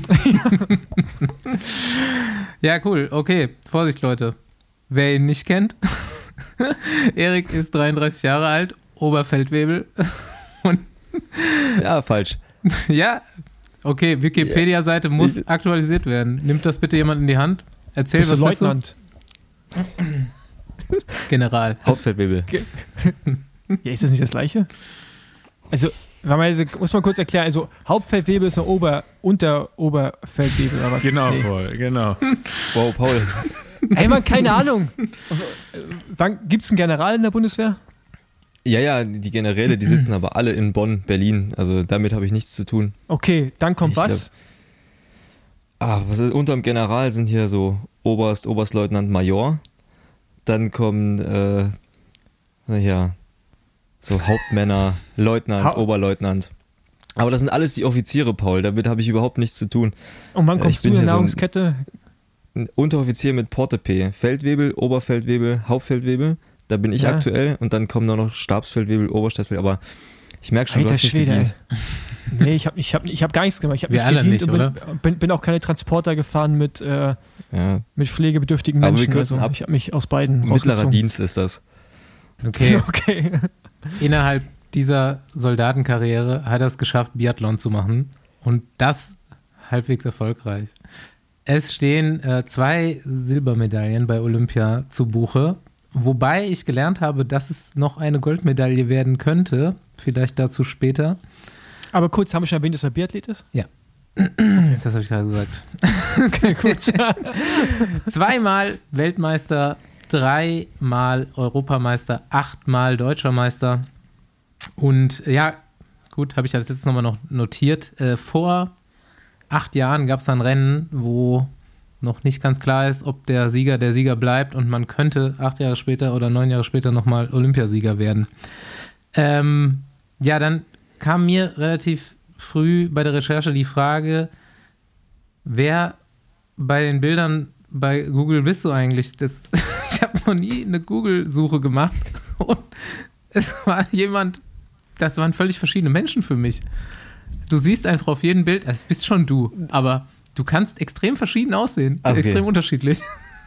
Ja, cool. Okay, Vorsicht, Leute. Wer ihn nicht kennt, Erik ist 33 Jahre alt, Oberfeldwebel. Und Ja, falsch. ja, okay, Wikipedia-Seite muss aktualisiert werden. Nimmt das bitte jemand in die Hand? Erzähl, Bist du was bist du? Leutnant? General. Hauptfeldwebel. Ja, ist das nicht das Gleiche? Also, muss man kurz erklären, also Hauptfeldwebel ist eine Oberfeldwebel. Aber Genau, nee. Paul, genau. Wow, Paul. Ey, man, keine Ahnung. Wann gibt es einen General in der Bundeswehr? Ja, die Generäle, die sitzen aber alle in Bonn, Berlin. Also damit habe ich nichts zu tun. Okay, dann kommt Ich was? Was ist, unterm General sind hier so Oberst, Oberstleutnant, Major. Dann kommen, so Hauptmänner, Leutnant, Oberleutnant. Aber das sind alles die Offiziere, Paul. Damit habe ich überhaupt nichts zu tun. Und wann ich kommst du bin in der hier so ein- Nahrungskette? Ein Unteroffizier mit Porte-P. Feldwebel, Oberfeldwebel, Hauptfeldwebel. Da bin ich Ja. aktuell. Und dann kommen noch Stabsfeldwebel, Oberstabsfeldwebel. Aber ich merke schon, Alter du hast nicht Schwede, gedient. ey. Nee, ich hab gar nichts gemacht. Ich habe Wir nicht alle gedient nicht, und bin auch keine Transporter gefahren mit Ja. pflegebedürftigen Aber wir Menschen. kürzen Also ab. ich habe mich aus beiden Mittlerer rausgezogen. Dienst ist das. Okay, Okay. innerhalb dieser Soldatenkarriere hat er es geschafft, Biathlon zu machen. Und das halbwegs erfolgreich. Es stehen 2 Silbermedaillen bei Olympia zu Buche. Wobei ich gelernt habe, dass es noch eine Goldmedaille werden könnte. Vielleicht dazu später. Aber kurz, haben wir schon erwähnt, dass er Biathlet ist? Das habe ich gerade gesagt. Okay, gut. 2-mal Weltmeister, 3-mal Europameister, 8-mal Deutscher Meister. Und ja, gut, habe ich als letztes nochmal noch notiert. Vor 8 Jahren gab es ein Rennen, wo noch nicht ganz klar ist, ob der Sieger bleibt und man könnte 8 Jahre später oder 9 Jahre später nochmal Olympiasieger werden. Ja, dann kam mir relativ früh bei der Recherche die Frage, wer bei den Bildern bei Google bist du eigentlich? Ich habe noch nie eine Google-Suche gemacht und es war das waren völlig verschiedene Menschen für mich. Du siehst einfach auf jedem Bild, es bist schon du, aber du kannst extrem verschieden aussehen, Okay. extrem unterschiedlich.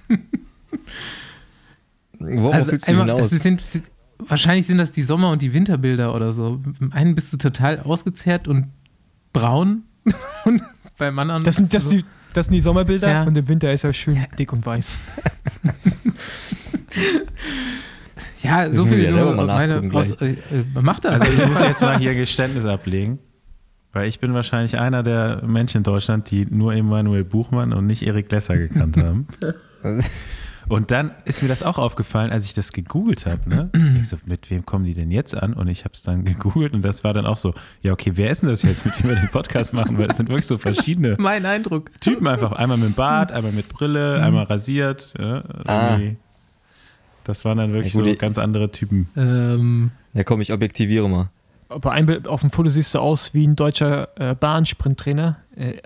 Worauf willst du hinaus? Wahrscheinlich sind das die Sommer- und die Winterbilder oder so. Beim einen bist du total ausgezehrt und braun und beim anderen Das sind die Sommerbilder Ja. und im Winter ist er schön dick und weiß. ja, so Müssen wir viel ja nur selber mal meine nachgucken mach das. Also ich muss jetzt mal hier Geständnis ablegen, weil ich bin wahrscheinlich einer der Menschen in Deutschland, die nur Emanuel Buchmann und nicht Erik Lesser gekannt haben. Und dann ist mir das auch aufgefallen, als ich das gegoogelt habe. Ne? Ich denk so, mit wem kommen die denn jetzt an? Und ich habe es dann gegoogelt und das war dann auch so, ja okay, wer ist denn das jetzt, mit dem wir den Podcast machen? Weil das sind wirklich so verschiedene Mein Eindruck. Typen einfach. Einmal mit Bart, einmal mit Brille, einmal rasiert. Ja, irgendwie. Das waren dann wirklich Ja, gut, so ganz andere Typen. Ja komm, ich objektiviere mal. Bei einem Bild auf dem Foto siehst du aus wie ein deutscher Bahnsprinttrainer.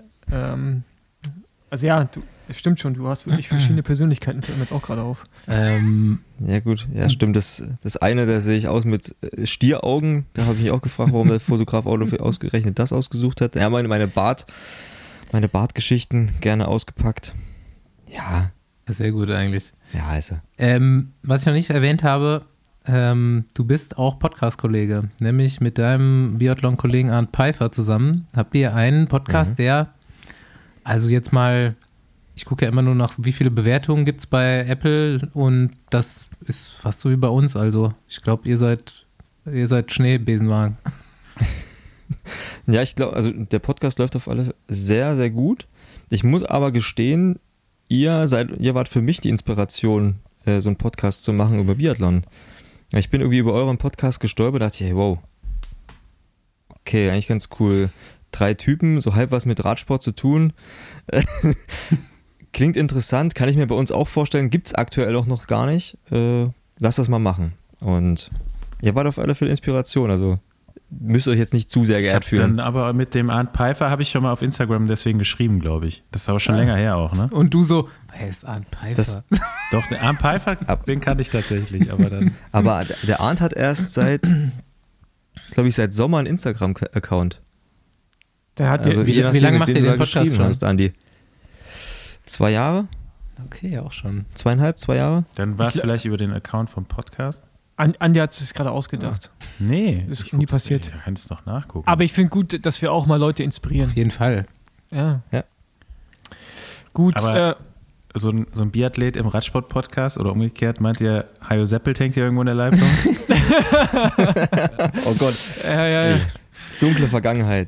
Also ja, es stimmt schon, du hast wirklich verschiedene Persönlichkeiten, fällt mir jetzt auch gerade auf. Ja gut, ja stimmt. Das eine, da sehe ich aus mit Stieraugen. Da habe ich mich auch gefragt, warum der Fotograf ausgerechnet das ausgesucht hat. Ja, meine Bart- Meine Bartgeschichten gerne ausgepackt. Ja, Sehr gut eigentlich. ja, also. Was ich noch nicht erwähnt habe, du bist auch Podcast-Kollege, nämlich mit deinem Biathlon-Kollegen Arndt Pfeiffer zusammen. Habt ihr einen Podcast, der, also jetzt mal, ich gucke ja immer nur nach, wie viele Bewertungen gibt es bei Apple und das ist fast so wie bei uns. Also ich glaube, ihr seid Schneebesenwagen. Ja, ich glaube, also der Podcast läuft auf alle sehr, sehr gut. Ich muss aber gestehen, ihr wart für mich die Inspiration, so einen Podcast zu machen über Biathlon. Ich bin irgendwie über euren Podcast gestolpert, dachte ich, hey, wow. Okay, eigentlich ganz cool. 3 Typen, so halb was mit Radsport zu tun. Klingt interessant, kann ich mir bei uns auch vorstellen. Gibt es aktuell auch noch gar nicht. Lass das mal machen. Und ihr wart auf alle Fälle Inspiration, also müsst ihr euch jetzt nicht zu sehr geehrt fühlen. Dann aber mit dem Arndt Pfeiffer habe ich schon mal auf Instagram deswegen geschrieben, glaube ich. Das ist aber schon länger her auch, ne? Und du so, wer ist Arndt Pfeiffer? Doch, der Arndt Pfeiffer, den kannte ich tatsächlich, aber dann. Aber der Arndt hat erst seit Sommer einen Instagram-Account. Der hat Also wie je nachdem, lange mit macht wem ihr du den da Podcast geschrieben schon? hast, Andi. 2 Jahre? Okay, auch schon. 2,5, 2 Jahre? Dann war es vielleicht über den Account vom Podcast. Andi hat es sich gerade ausgedacht. Nee. Ist ich nie guck's- passiert. Du kannst doch nachgucken. Aber ich finde gut, dass wir auch mal Leute inspirieren. Auf jeden Fall. Ja. Ja. Gut, Aber- so ein Biathlet im Radsport-Podcast oder umgekehrt, meint ihr, Hajo Seppelt hängt hier irgendwo in der Leitung? Oh Gott, ja. dunkle Vergangenheit.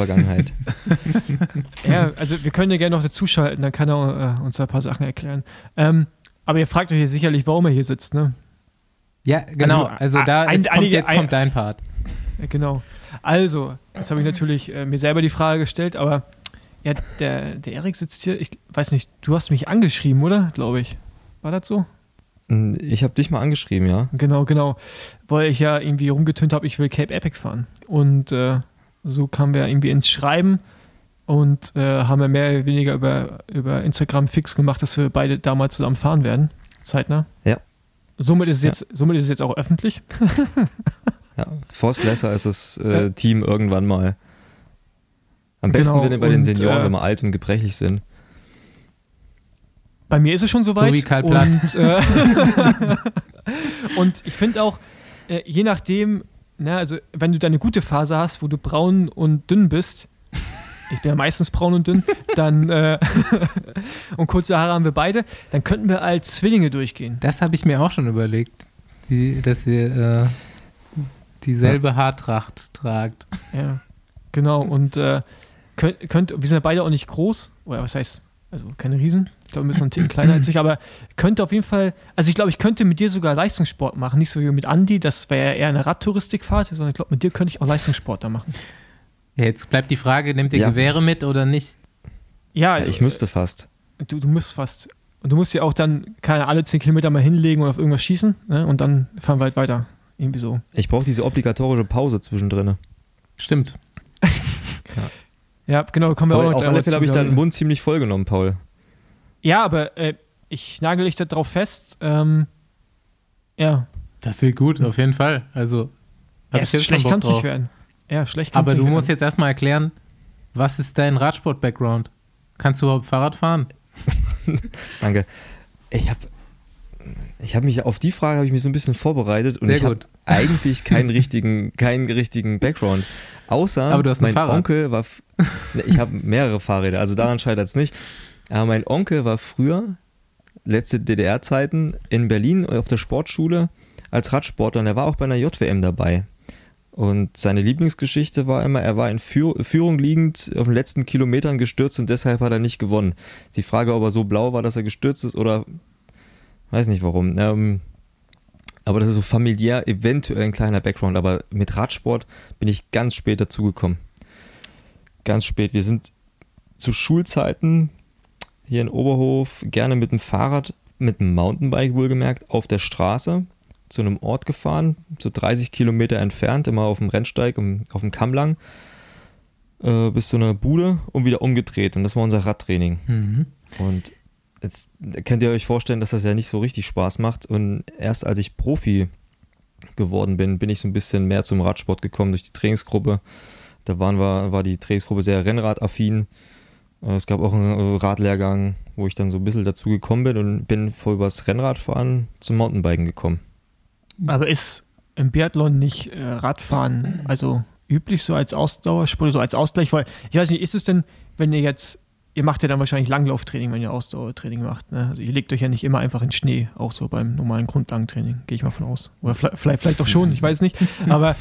Ja, also wir können ja gerne noch dazuschalten, dann kann er uns da ein paar Sachen erklären. Aber ihr fragt euch hier sicherlich, warum er hier sitzt, ne? Ja, genau. Also da kommt dein Part. Ja, genau. Also, jetzt habe ich natürlich mir selber die Frage gestellt, aber ja, der Erik sitzt hier, ich weiß nicht, du hast mich angeschrieben, oder? Glaube ich. War das so? Ich habe dich mal angeschrieben, ja. Genau. Weil ich ja irgendwie rumgetönt habe, ich will Cape Epic fahren. Und so kamen wir irgendwie ins Schreiben und haben wir mehr oder weniger über Instagram fix gemacht, dass wir beide da mal zusammen fahren werden. Zeitnah. Ja. Somit ist es jetzt auch öffentlich. Ja, Forst Lesser ist das Team irgendwann mal. Am besten, Genau, wenn wir bei den und, Senioren, wenn wir alt und gebrechlich sind. Bei mir ist es schon soweit. So wie Karl Platt. Und ich finde auch, je nachdem, also wenn du da eine gute Phase hast, wo du braun und dünn bist, ich bin ja meistens braun und dünn, dann und kurze Haare haben wir beide, dann könnten wir als Zwillinge durchgehen. Das habe ich mir auch schon überlegt, dass ihr dieselbe Haartracht tragt. Ja, genau. Und wir sind ja beide auch nicht groß, oder was heißt, also keine Riesen. Ich glaube, wir sind ein Ticken kleiner als ich, aber könnte auf jeden Fall, also ich glaube, ich könnte mit dir sogar Leistungssport machen, nicht so wie mit Andi, das wäre eher eine Radtouristikfahrt, sondern ich glaube, mit dir könnte ich auch Leistungssport da machen. Ja, jetzt bleibt die Frage, nehmt ihr Ja. Gewehre mit oder nicht? Ja, also, Ich müsste fast. du musst fast. Und du musst ja auch dann, alle 10 Kilometer mal hinlegen und auf irgendwas schießen, ne? Und dann fahren wir halt weiter. Irgendwie so. Ich brauche diese obligatorische Pause zwischendrin. Stimmt. Ja, genau, kommen wir Aber auch noch auf alle Fälle habe ich dazu, deinen Mund ziemlich voll genommen, Paul. Ja, aber ich nagel dich da drauf fest. Ja, Das wird gut, auf jeden Fall. Also, hab ich jetzt schlecht schon kann Bock es nicht drauf. werden. Ja, schlecht kann es Aber nicht du werden. musst jetzt erstmal erklären, was ist dein Radsport-Background? Kannst du überhaupt Fahrrad fahren? Danke. Ich habe mich auf die Frage habe ich mich so ein bisschen vorbereitet und Sehr ich habe gut. eigentlich keinen richtigen Background. Außer Aber du hast ein mein Fahrrad. Onkel war. Ich habe mehrere Fahrräder, also daran scheitert es nicht. Aber mein Onkel war früher, letzte DDR-Zeiten, in Berlin auf der Sportschule als Radsportler und er war auch bei einer JWM dabei. Und seine Lieblingsgeschichte war immer, er war in Führung liegend auf den letzten Kilometern gestürzt und deshalb hat er nicht gewonnen. Die Frage, ob er so blau war, dass er gestürzt ist oder weiß nicht warum. Aber das ist so familiär eventuell ein kleiner Background, aber mit Radsport bin ich ganz spät dazugekommen. Ganz spät. Wir sind zu Schulzeiten hier in Oberhof gerne mit dem Fahrrad, mit dem Mountainbike wohlgemerkt, auf der Straße zu einem Ort gefahren, so 30 Kilometer entfernt, immer auf dem Rennsteig, auf dem Kamm lang, bis zu einer Bude und wieder umgedreht. Und das war unser Radtraining. Mhm. Und jetzt könnt ihr euch vorstellen, dass das ja nicht so richtig Spaß macht. Und erst als ich Profi geworden bin, bin ich so ein bisschen mehr zum Radsport gekommen durch die Trainingsgruppe. Da war die Trainingsgruppe sehr rennradaffin. Es gab auch einen Radlehrgang, wo ich dann so ein bisschen dazu gekommen bin und bin vor übers Rennradfahren zum Mountainbiken gekommen. Aber ist im Biathlon nicht Radfahren also üblich so als Ausdauersport, so als Ausgleich? Weil, ich weiß nicht, ist es denn, wenn ihr macht ja dann wahrscheinlich Langlauftraining, wenn ihr Ausdauertraining macht, ne? Also ihr legt euch ja nicht immer einfach in Schnee, auch so beim normalen Grundlagentraining, gehe ich mal von aus. Oder vielleicht doch schon, ich weiß nicht. Aber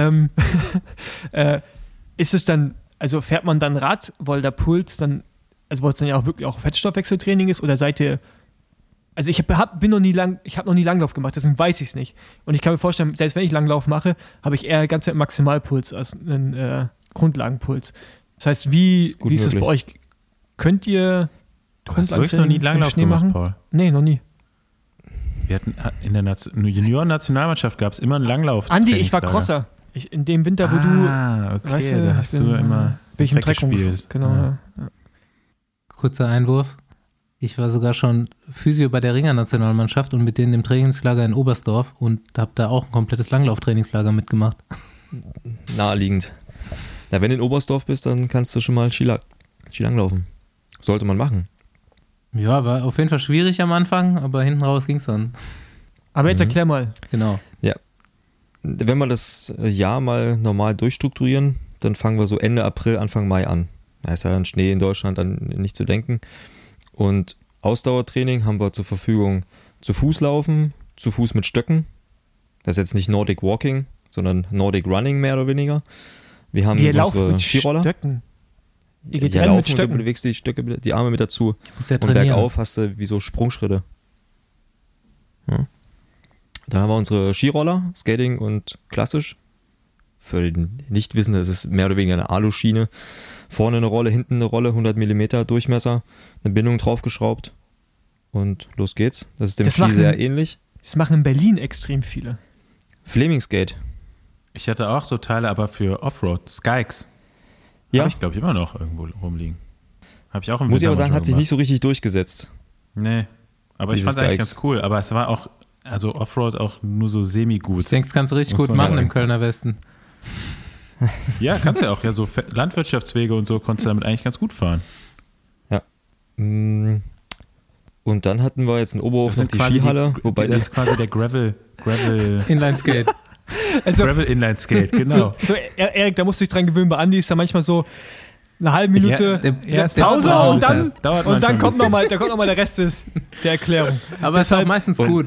ist es dann, also fährt man dann Rad, weil der Puls dann, also weil es dann ja auch wirklich auch Fettstoffwechseltraining ist, oder seid ihr, also ich habe noch nie Langlauf gemacht, deswegen weiß ich es nicht. Und ich kann mir vorstellen, selbst wenn ich Langlauf mache, habe ich eher ganz Maximalpuls als einen Grundlagenpuls. Das heißt, wie ist es bei euch? Könnt ihr Hast du wirklich noch nie Langlauf Schnee gemacht, machen? Paul? Nee, noch nie. Wir hatten in der Junioren-Nationalmannschaft gab es immer einen Langlauf. Andi, ich war Crosser. In dem Winter, wo okay, weißt du, da hast du immer bin ich im Dreck gespielt. Genau, Ja. ja. Kurzer Einwurf. Ich war sogar schon Physio bei der Ringer-Nationalmannschaft und mit denen im Trainingslager in Oberstdorf und habe da auch ein komplettes Langlauftrainingslager mitgemacht. Naheliegend. Ja, wenn du in Oberstdorf bist, dann kannst du schon mal Skilanglaufen. Sollte man machen. Ja, war auf jeden Fall schwierig am Anfang, aber hinten raus ging es dann. Aber jetzt erklär mal. Genau. Wenn wir das Jahr mal normal durchstrukturieren, dann fangen wir so Ende April, Anfang Mai an. Da ist ja dann Schnee in Deutschland dann nicht zu denken. Und Ausdauertraining haben wir zur Verfügung zu Fuß laufen, zu Fuß mit Stöcken. Das ist jetzt nicht Nordic Walking, sondern Nordic Running mehr oder weniger. Wir haben Ihr lauft unsere mit Skiroller. Stöcken. Ihr geht Ja, rennen mit laufen und du Stöcken. bewegst die Stöcke, die Arme mit dazu. Muss ja Und trainieren. bergauf hast du wie so Sprungschritte. Ja. Dann haben wir unsere Skiroller, Skating und klassisch. Für den Nichtwissenden, das ist mehr oder weniger eine Aluschiene. Vorne eine Rolle, hinten eine Rolle, 100 mm Durchmesser, eine Bindung draufgeschraubt und los geht's. Das ist dem Das Ski machen- sehr ähnlich. Das machen in Berlin extrem viele. Flemingskate. Ich hatte auch so Teile, aber für Offroad, Skykes. Ja, Habe ich, glaube ich, immer noch irgendwo rumliegen. Habe ich auch im muss ich Winter aber sagen, manchmal hat sich gemacht. nicht so richtig durchgesetzt. Nee, aber ich Diese fand es eigentlich Skykes. ganz cool. Aber es war auch, also Offroad auch nur so semi-gut. Ich denke, das kannst du richtig Muss gut man machen sagen. im Kölner Westen. Ja, kannst ja auch. Ja, so Landwirtschaftswege und so konntest du damit eigentlich ganz gut fahren. Mm. Und dann hatten wir jetzt in Oberhof noch die quasi Skihalle, wobei das ist quasi der Gravel Inlineskate. Also, Inline Skate, genau. so, Erik, da musst du dich dran gewöhnen, bei Andi ist da manchmal so eine halbe Minute Ja, es Pause dauert und dann, dauert und dann manchmal kommt ein bisschen. noch mal der Rest der Erklärung. Aber es ist auch Deshalb- meistens gut.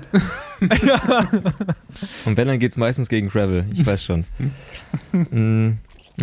Und wenn, dann geht's meistens gegen Gravel, ich weiß schon. Mm.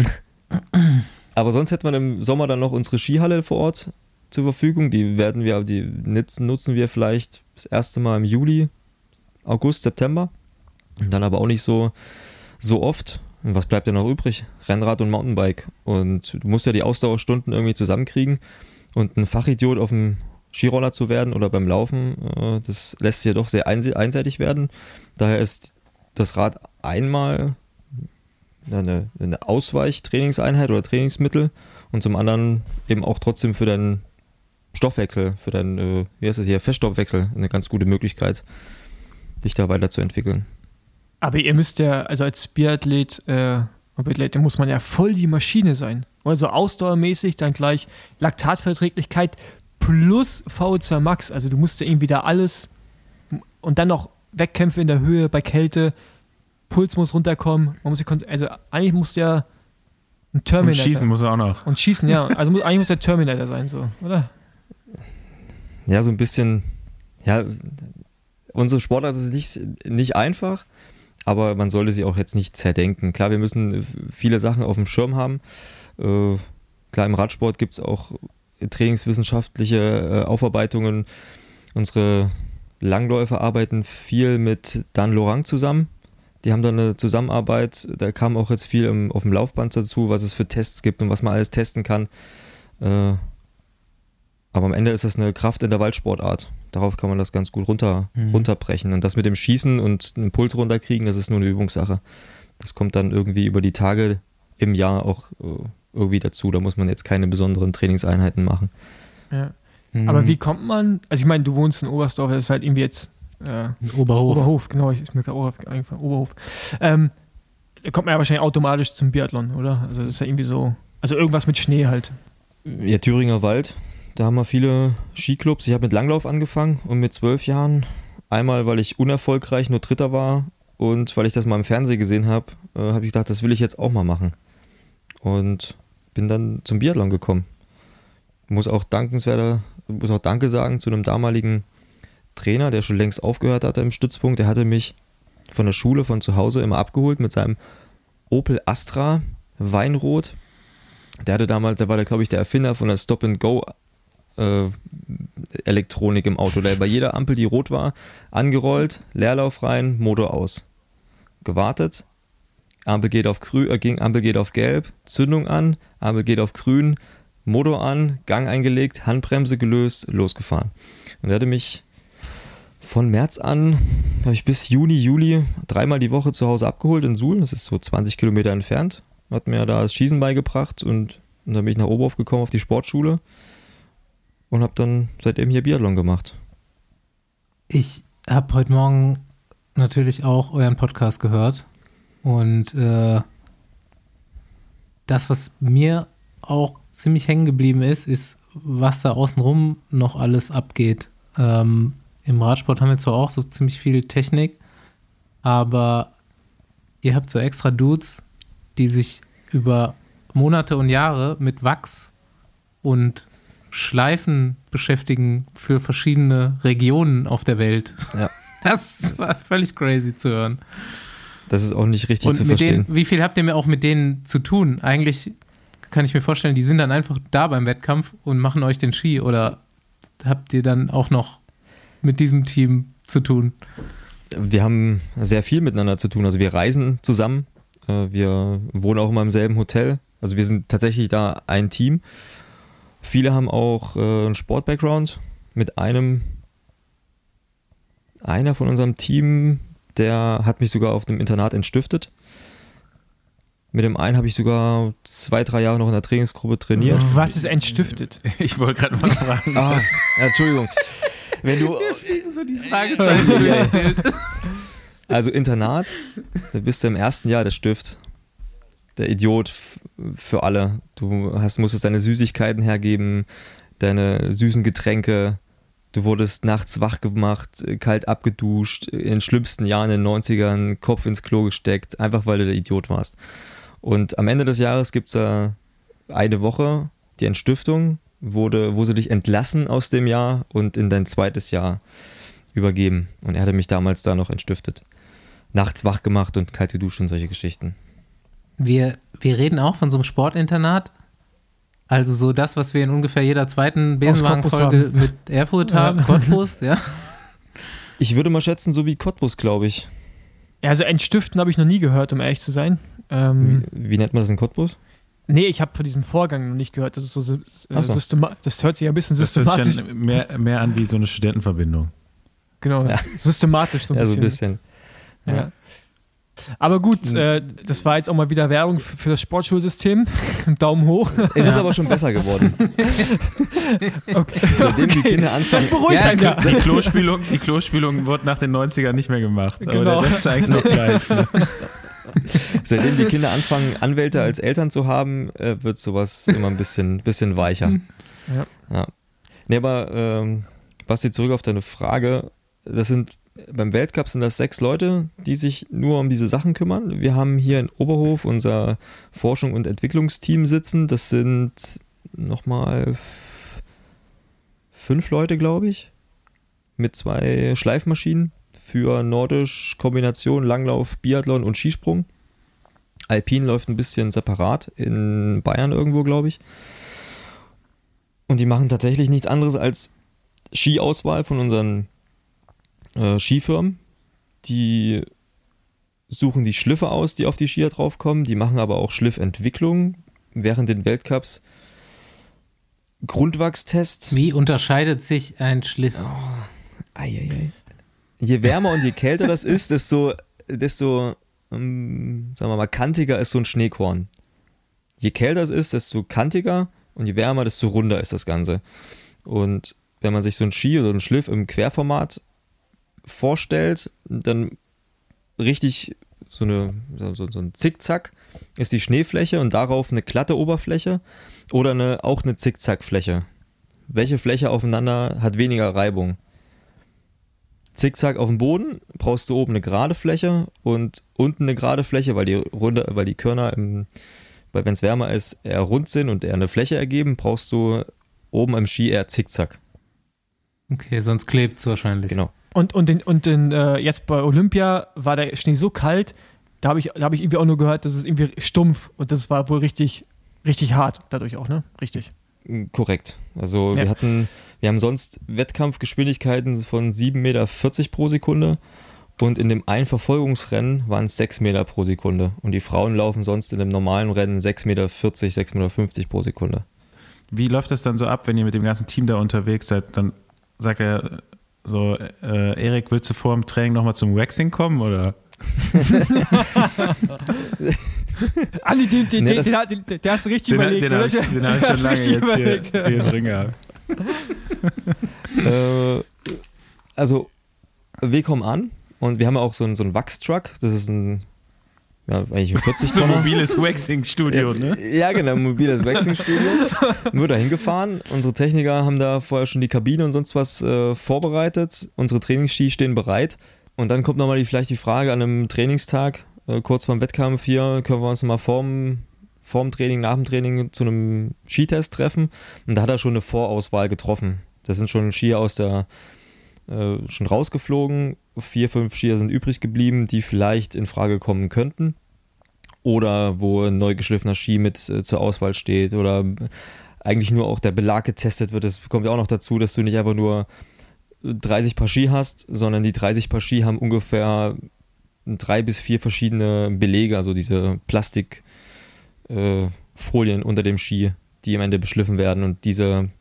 Aber sonst hätten wir im Sommer dann noch unsere Skihalle vor Ort zur Verfügung. Die nutzen wir vielleicht das erste Mal im Juli, August, September. Und dann aber auch nicht so oft. Und was bleibt denn noch übrig? Rennrad und Mountainbike. Und du musst ja die Ausdauerstunden irgendwie zusammenkriegen. Und ein Fachidiot auf dem Skiroller zu werden oder beim Laufen, das lässt sich ja doch sehr einseitig werden. Daher ist das Rad einmal eine Ausweichtrainingseinheit oder Trainingsmittel und zum anderen eben auch trotzdem für deinen Stoffwechsel, für deinen, Feststoffwechsel eine ganz gute Möglichkeit, dich da weiterzuentwickeln. Aber ihr müsst ja, also als Biathlet, Biathletin muss man ja voll die Maschine sein. Also ausdauermäßig dann gleich Laktatverträglichkeit plus VO2 Max. Also du musst ja irgendwie da alles und dann noch Wettkämpfe in der Höhe bei Kälte, Puls muss runterkommen. Man muss sich also eigentlich muss ja ein Und Terminator. schießen muss er auch noch. Und schießen, ja. Also eigentlich muss der Terminator sein, so, oder? Ja, so ein bisschen, ja, unsere Sportart ist nicht einfach, aber man sollte sie auch jetzt nicht zerdenken. Klar, wir müssen viele Sachen auf dem Schirm haben. Klar, im Radsport gibt es auch trainingswissenschaftliche Aufarbeitungen. Unsere Langläufer arbeiten viel mit Dan Lorang zusammen. Die haben da eine Zusammenarbeit, da kam auch jetzt viel auf dem Laufband dazu, was es für Tests gibt und was man alles testen kann. Aber am Ende ist das eine Kraft-Intervallsportart. Darauf kann man das ganz gut runterbrechen. Und das mit dem Schießen und einen Puls runterkriegen, das ist nur eine Übungssache. Das kommt dann irgendwie über die Tage im Jahr auch irgendwie dazu. Da muss man jetzt keine besonderen Trainingseinheiten machen. Ja. Aber wie kommt man, also ich meine, du wohnst in Oberstdorf, das ist halt irgendwie jetzt Oberhof. genau, ich ist mir gerade eingefallen, Oberhof. Da kommt man ja wahrscheinlich automatisch zum Biathlon, oder? Also das ist ja irgendwie so, also irgendwas mit Schnee halt. Ja, Thüringer Wald, da haben wir viele Skiclubs. Ich habe mit Langlauf angefangen und mit 12 Jahren, einmal, weil ich unerfolgreich nur Dritter war und weil ich das mal im Fernsehen gesehen habe, habe ich gedacht, das will ich jetzt auch mal machen. Und bin dann zum Biathlon gekommen. Muss auch Danke sagen zu einem damaligen Trainer, der schon längst aufgehört hatte im Stützpunkt. Der hatte mich von der Schule, von zu Hause immer abgeholt mit seinem Opel Astra Weinrot. Der war glaube ich, der Erfinder von der Stop-and-Go Elektronik im Auto. Der bei jeder Ampel, die rot war, angerollt, Leerlauf rein, Motor aus. Gewartet, Ampel geht auf Ampel geht auf gelb, Zündung an, Ampel geht auf grün, Motor an, Gang eingelegt, Handbremse gelöst, losgefahren. Und er hatte mich von März an, habe ich bis Juni, Juli 3-mal die Woche zu Hause abgeholt in Suhl. Das ist so 20 Kilometer entfernt. Hat mir da das Schießen beigebracht und dann bin ich nach Oberhof gekommen auf die Sportschule und habe dann seitdem hier Biathlon gemacht. Ich habe heute Morgen natürlich auch euren Podcast gehört und das, was mir auch ziemlich hängen geblieben ist, was da außenrum noch alles abgeht. Im Radsport haben wir zwar auch so ziemlich viel Technik, aber ihr habt so extra Dudes, die sich über Monate und Jahre mit Wachs und Schleifen beschäftigen für verschiedene Regionen auf der Welt. Ja. Das war völlig crazy zu hören. Das ist auch nicht richtig Und zu verstehen. wie viel habt ihr mir auch mit denen zu tun? Eigentlich kann ich mir vorstellen, die sind dann einfach da beim Wettkampf und machen euch den Ski, oder habt ihr dann auch noch mit diesem Team zu tun? Wir haben sehr viel miteinander zu tun. Also wir reisen zusammen. Wir wohnen auch immer im selben Hotel. Also wir sind tatsächlich da ein Team. Viele haben auch einen Sport-Background. Mit einer von unserem Team, der hat mich sogar auf dem Internat entstiftet. Mit dem einen habe ich sogar 2-3 Jahre noch in der Trainingsgruppe trainiert. Was ist entstiftet? Ich wollte gerade was fragen. Ja, Entschuldigung. Wenn du So die Fragezeichen durchs Bild. Also Internat, da bist du im ersten Jahr der Stift, der Idiot für alle. Du musstest deine Süßigkeiten hergeben, deine süßen Getränke. Du wurdest nachts wach gemacht, kalt abgeduscht, in den schlimmsten Jahren in den 90ern Kopf ins Klo gesteckt, einfach weil du der Idiot warst. Und am Ende des Jahres gibt es da eine Woche, die Entstiftung, wo sie dich entlassen aus dem Jahr und in dein zweites Jahr übergeben. Und er hatte mich damals da noch entstiftet. Nachts wach gemacht und kalt geduscht und solche Geschichten. Wir reden auch von so einem Sportinternat. Also so das, was wir in ungefähr jeder zweiten Besenwagen-Folge mit Erfurt haben. Cottbus, ja. Ich würde mal schätzen, so wie Cottbus, glaube ich. Ja, also Entstiften habe ich noch nie gehört, um ehrlich zu sein. Wie nennt man das in Cottbus? Nee, ich habe von diesem Vorgang noch nicht gehört. Das ist so das hört sich ja ein bisschen Das systematisch hört sich mehr an wie so eine Studentenverbindung. Genau, Ja. systematisch so ein Ja, bisschen. so ein bisschen. Ja. Aber gut, das war jetzt auch mal wieder Werbung für das Sportschulsystem. Daumen hoch. Es ist aber schon besser geworden. Okay. Seitdem die Kinder anfangen. Das beruhigt einen ja. Die Klospülung wurde nach den 90ern nicht mehr gemacht. Genau. Aber das ist eigentlich noch gleich. Ne? Seitdem die Kinder anfangen, Anwälte als Eltern zu haben, wird sowas immer ein bisschen weicher. Ja. Nee, aber Basti, zurück auf deine Frage. Beim Weltcup sind das 6 Leute, die sich nur um diese Sachen kümmern. Wir haben hier in Oberhof unser Forschung- und Entwicklungsteam sitzen. Das sind nochmal 5 Leute, glaube ich, mit 2 Schleifmaschinen für Nordisch, Kombination, Langlauf, Biathlon und Skisprung. Alpin läuft ein bisschen separat in Bayern irgendwo, glaube ich. Und die machen tatsächlich nichts anderes als Skiauswahl von unseren Skifirmen. Die suchen die Schliffe aus, die auf die Skier draufkommen. Die machen aber auch Schliffentwicklung während den Weltcups. Grundwachstest. Wie unterscheidet sich ein Schliff? Je wärmer und je kälter das ist, desto sagen wir mal, kantiger ist so ein Schneekorn. Je kälter es ist, desto kantiger, und je wärmer, desto runder ist das Ganze. Und wenn man sich so ein Ski oder einen Schliff im Querformat vorstellt, dann richtig so ein Zickzack, ist die Schneefläche und darauf eine glatte Oberfläche oder auch eine Zickzackfläche. Welche Fläche aufeinander hat weniger Reibung? Zickzack auf dem Boden brauchst du oben eine gerade Fläche und unten eine gerade Fläche, weil die Körner, wenn es wärmer ist, eher rund sind und eher eine Fläche ergeben, brauchst du oben am Ski eher Zickzack. Okay, sonst klebt es wahrscheinlich. Genau. Und jetzt bei Olympia war der Schnee so kalt, da hab ich irgendwie auch nur gehört, das ist irgendwie stumpf und das war wohl richtig, richtig hart dadurch auch, ne? Richtig. Korrekt. Also Ja. wir haben sonst Wettkampfgeschwindigkeiten von 7,40 Meter pro Sekunde und in dem einen Verfolgungsrennen waren es 6 Meter pro Sekunde und die Frauen laufen sonst in dem normalen Rennen 6,40 Meter, 6,50 Meter pro Sekunde. Wie läuft das dann so ab, wenn ihr mit dem ganzen Team da unterwegs seid? Dann sagt er so, Erik, willst du vor dem Training nochmal zum Waxing kommen, oder? Andi, der hast du richtig überlegt. Den habe ich schon lange jetzt hier drin gehabt. Also wir kommen an und wir haben auch so einen Wachstruck, das ist eigentlich ein 40 So ein Tonner. mobiles Waxing-Studio, ne? Ja, genau, ein mobiles Waxing-Studio. Wir da hingefahren. Unsere Techniker haben da vorher schon die Kabine und sonst was vorbereitet. Unsere Trainingsski stehen bereit. Und dann kommt nochmal vielleicht die Frage an einem Trainingstag, kurz vorm Wettkampf hier, können wir uns nochmal vorm Training, nach dem Training zu einem Skitest treffen. Und da hat er schon eine Vorauswahl getroffen. Das sind schon Skier schon rausgeflogen. 4, 5 Skier sind übrig geblieben, die vielleicht in Frage kommen könnten. Oder wo ein neu geschliffener Ski mit zur Auswahl steht. Oder eigentlich nur auch der Belag getestet wird. Das kommt ja auch noch dazu, dass du nicht einfach nur 30 Paar Ski hast, sondern die 30 Paar Ski haben ungefähr 3 bis 4 verschiedene Belege, also diese Plastikfolien unter dem Ski, die am Ende beschliffen werden. Und diese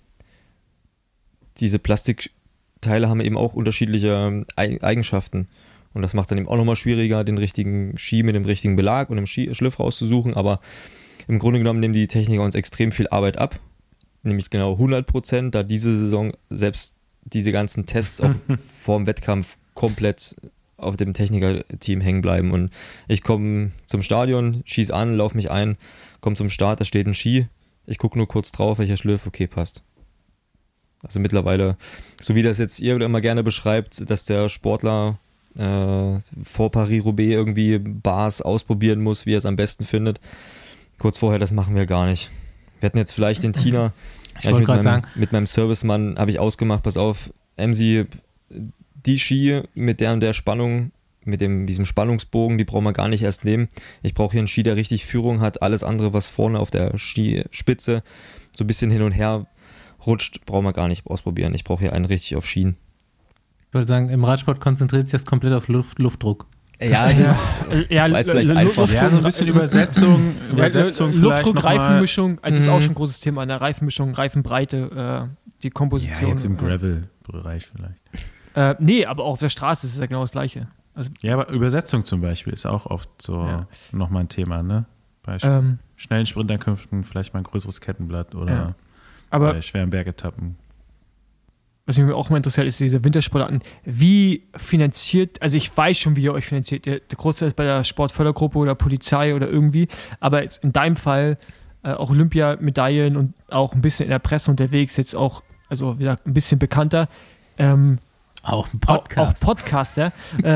Plastikteile haben eben auch unterschiedliche Eigenschaften. Und das macht dann eben auch nochmal schwieriger, den richtigen Ski mit dem richtigen Belag und dem Schliff rauszusuchen. Aber im Grunde genommen nehmen die Techniker uns extrem viel Arbeit ab. Nämlich genau 100%, da diese Saison selbst diese ganzen Tests auch vor dem Wettkampf komplett auf dem Technikerteam hängen bleiben. Und ich komme zum Stadion, schieß an, laufe mich ein, komme zum Start, da steht ein Ski. Ich gucke nur kurz drauf, welcher Schliff, okay, passt. Also mittlerweile, so wie das jetzt ihr immer gerne beschreibt, dass der Sportler vor Paris-Roubaix irgendwie Bars ausprobieren muss, wie er es am besten findet. Kurz vorher, das machen wir gar nicht. Wir hatten jetzt vielleicht den Tina. Ich wollte gerade sagen. Mit meinem Servicemann habe ich ausgemacht, pass auf, Emsi, die Ski mit der und der Spannung, mit diesem Spannungsbogen, die brauchen wir gar nicht erst nehmen. Ich brauche hier einen Ski, der richtig Führung hat. Alles andere, was vorne auf der Skispitze so ein bisschen hin und her rutscht, brauchen wir gar nicht ausprobieren. Ich brauche hier einen richtig auf Schienen. Ich würde sagen, im Radsport konzentriert sich das komplett auf Luftdruck. Ja, weil es vielleicht einfach. Ja, so ein bisschen Übersetzung vielleicht Luftdruck, noch mal. Reifenmischung, also das ist auch schon ein großes Thema, eine Reifenmischung, Reifenbreite, die Komposition. Ja, jetzt im Gravel-Bereich vielleicht. Nee, aber auch auf der Straße ist es ja genau das Gleiche. Also, Ja, aber Übersetzung zum Beispiel ist auch oft so nochmal ein Thema, ne? Bei schnellen Sprinterkünften vielleicht mal ein größeres Kettenblatt oder aber bei schweren Bergetappen. was mich auch mal interessiert, ist diese Wintersportarten. Wie finanziert, also ich weiß schon, wie ihr euch finanziert. Der Großteil ist bei der Sportfördergruppe oder Polizei oder irgendwie, aber jetzt in deinem Fall auch Olympiamedaillen und auch ein bisschen in der Presse unterwegs, jetzt auch, also wie gesagt, ein bisschen bekannter. Auch ein Podcast. Auch Podcaster.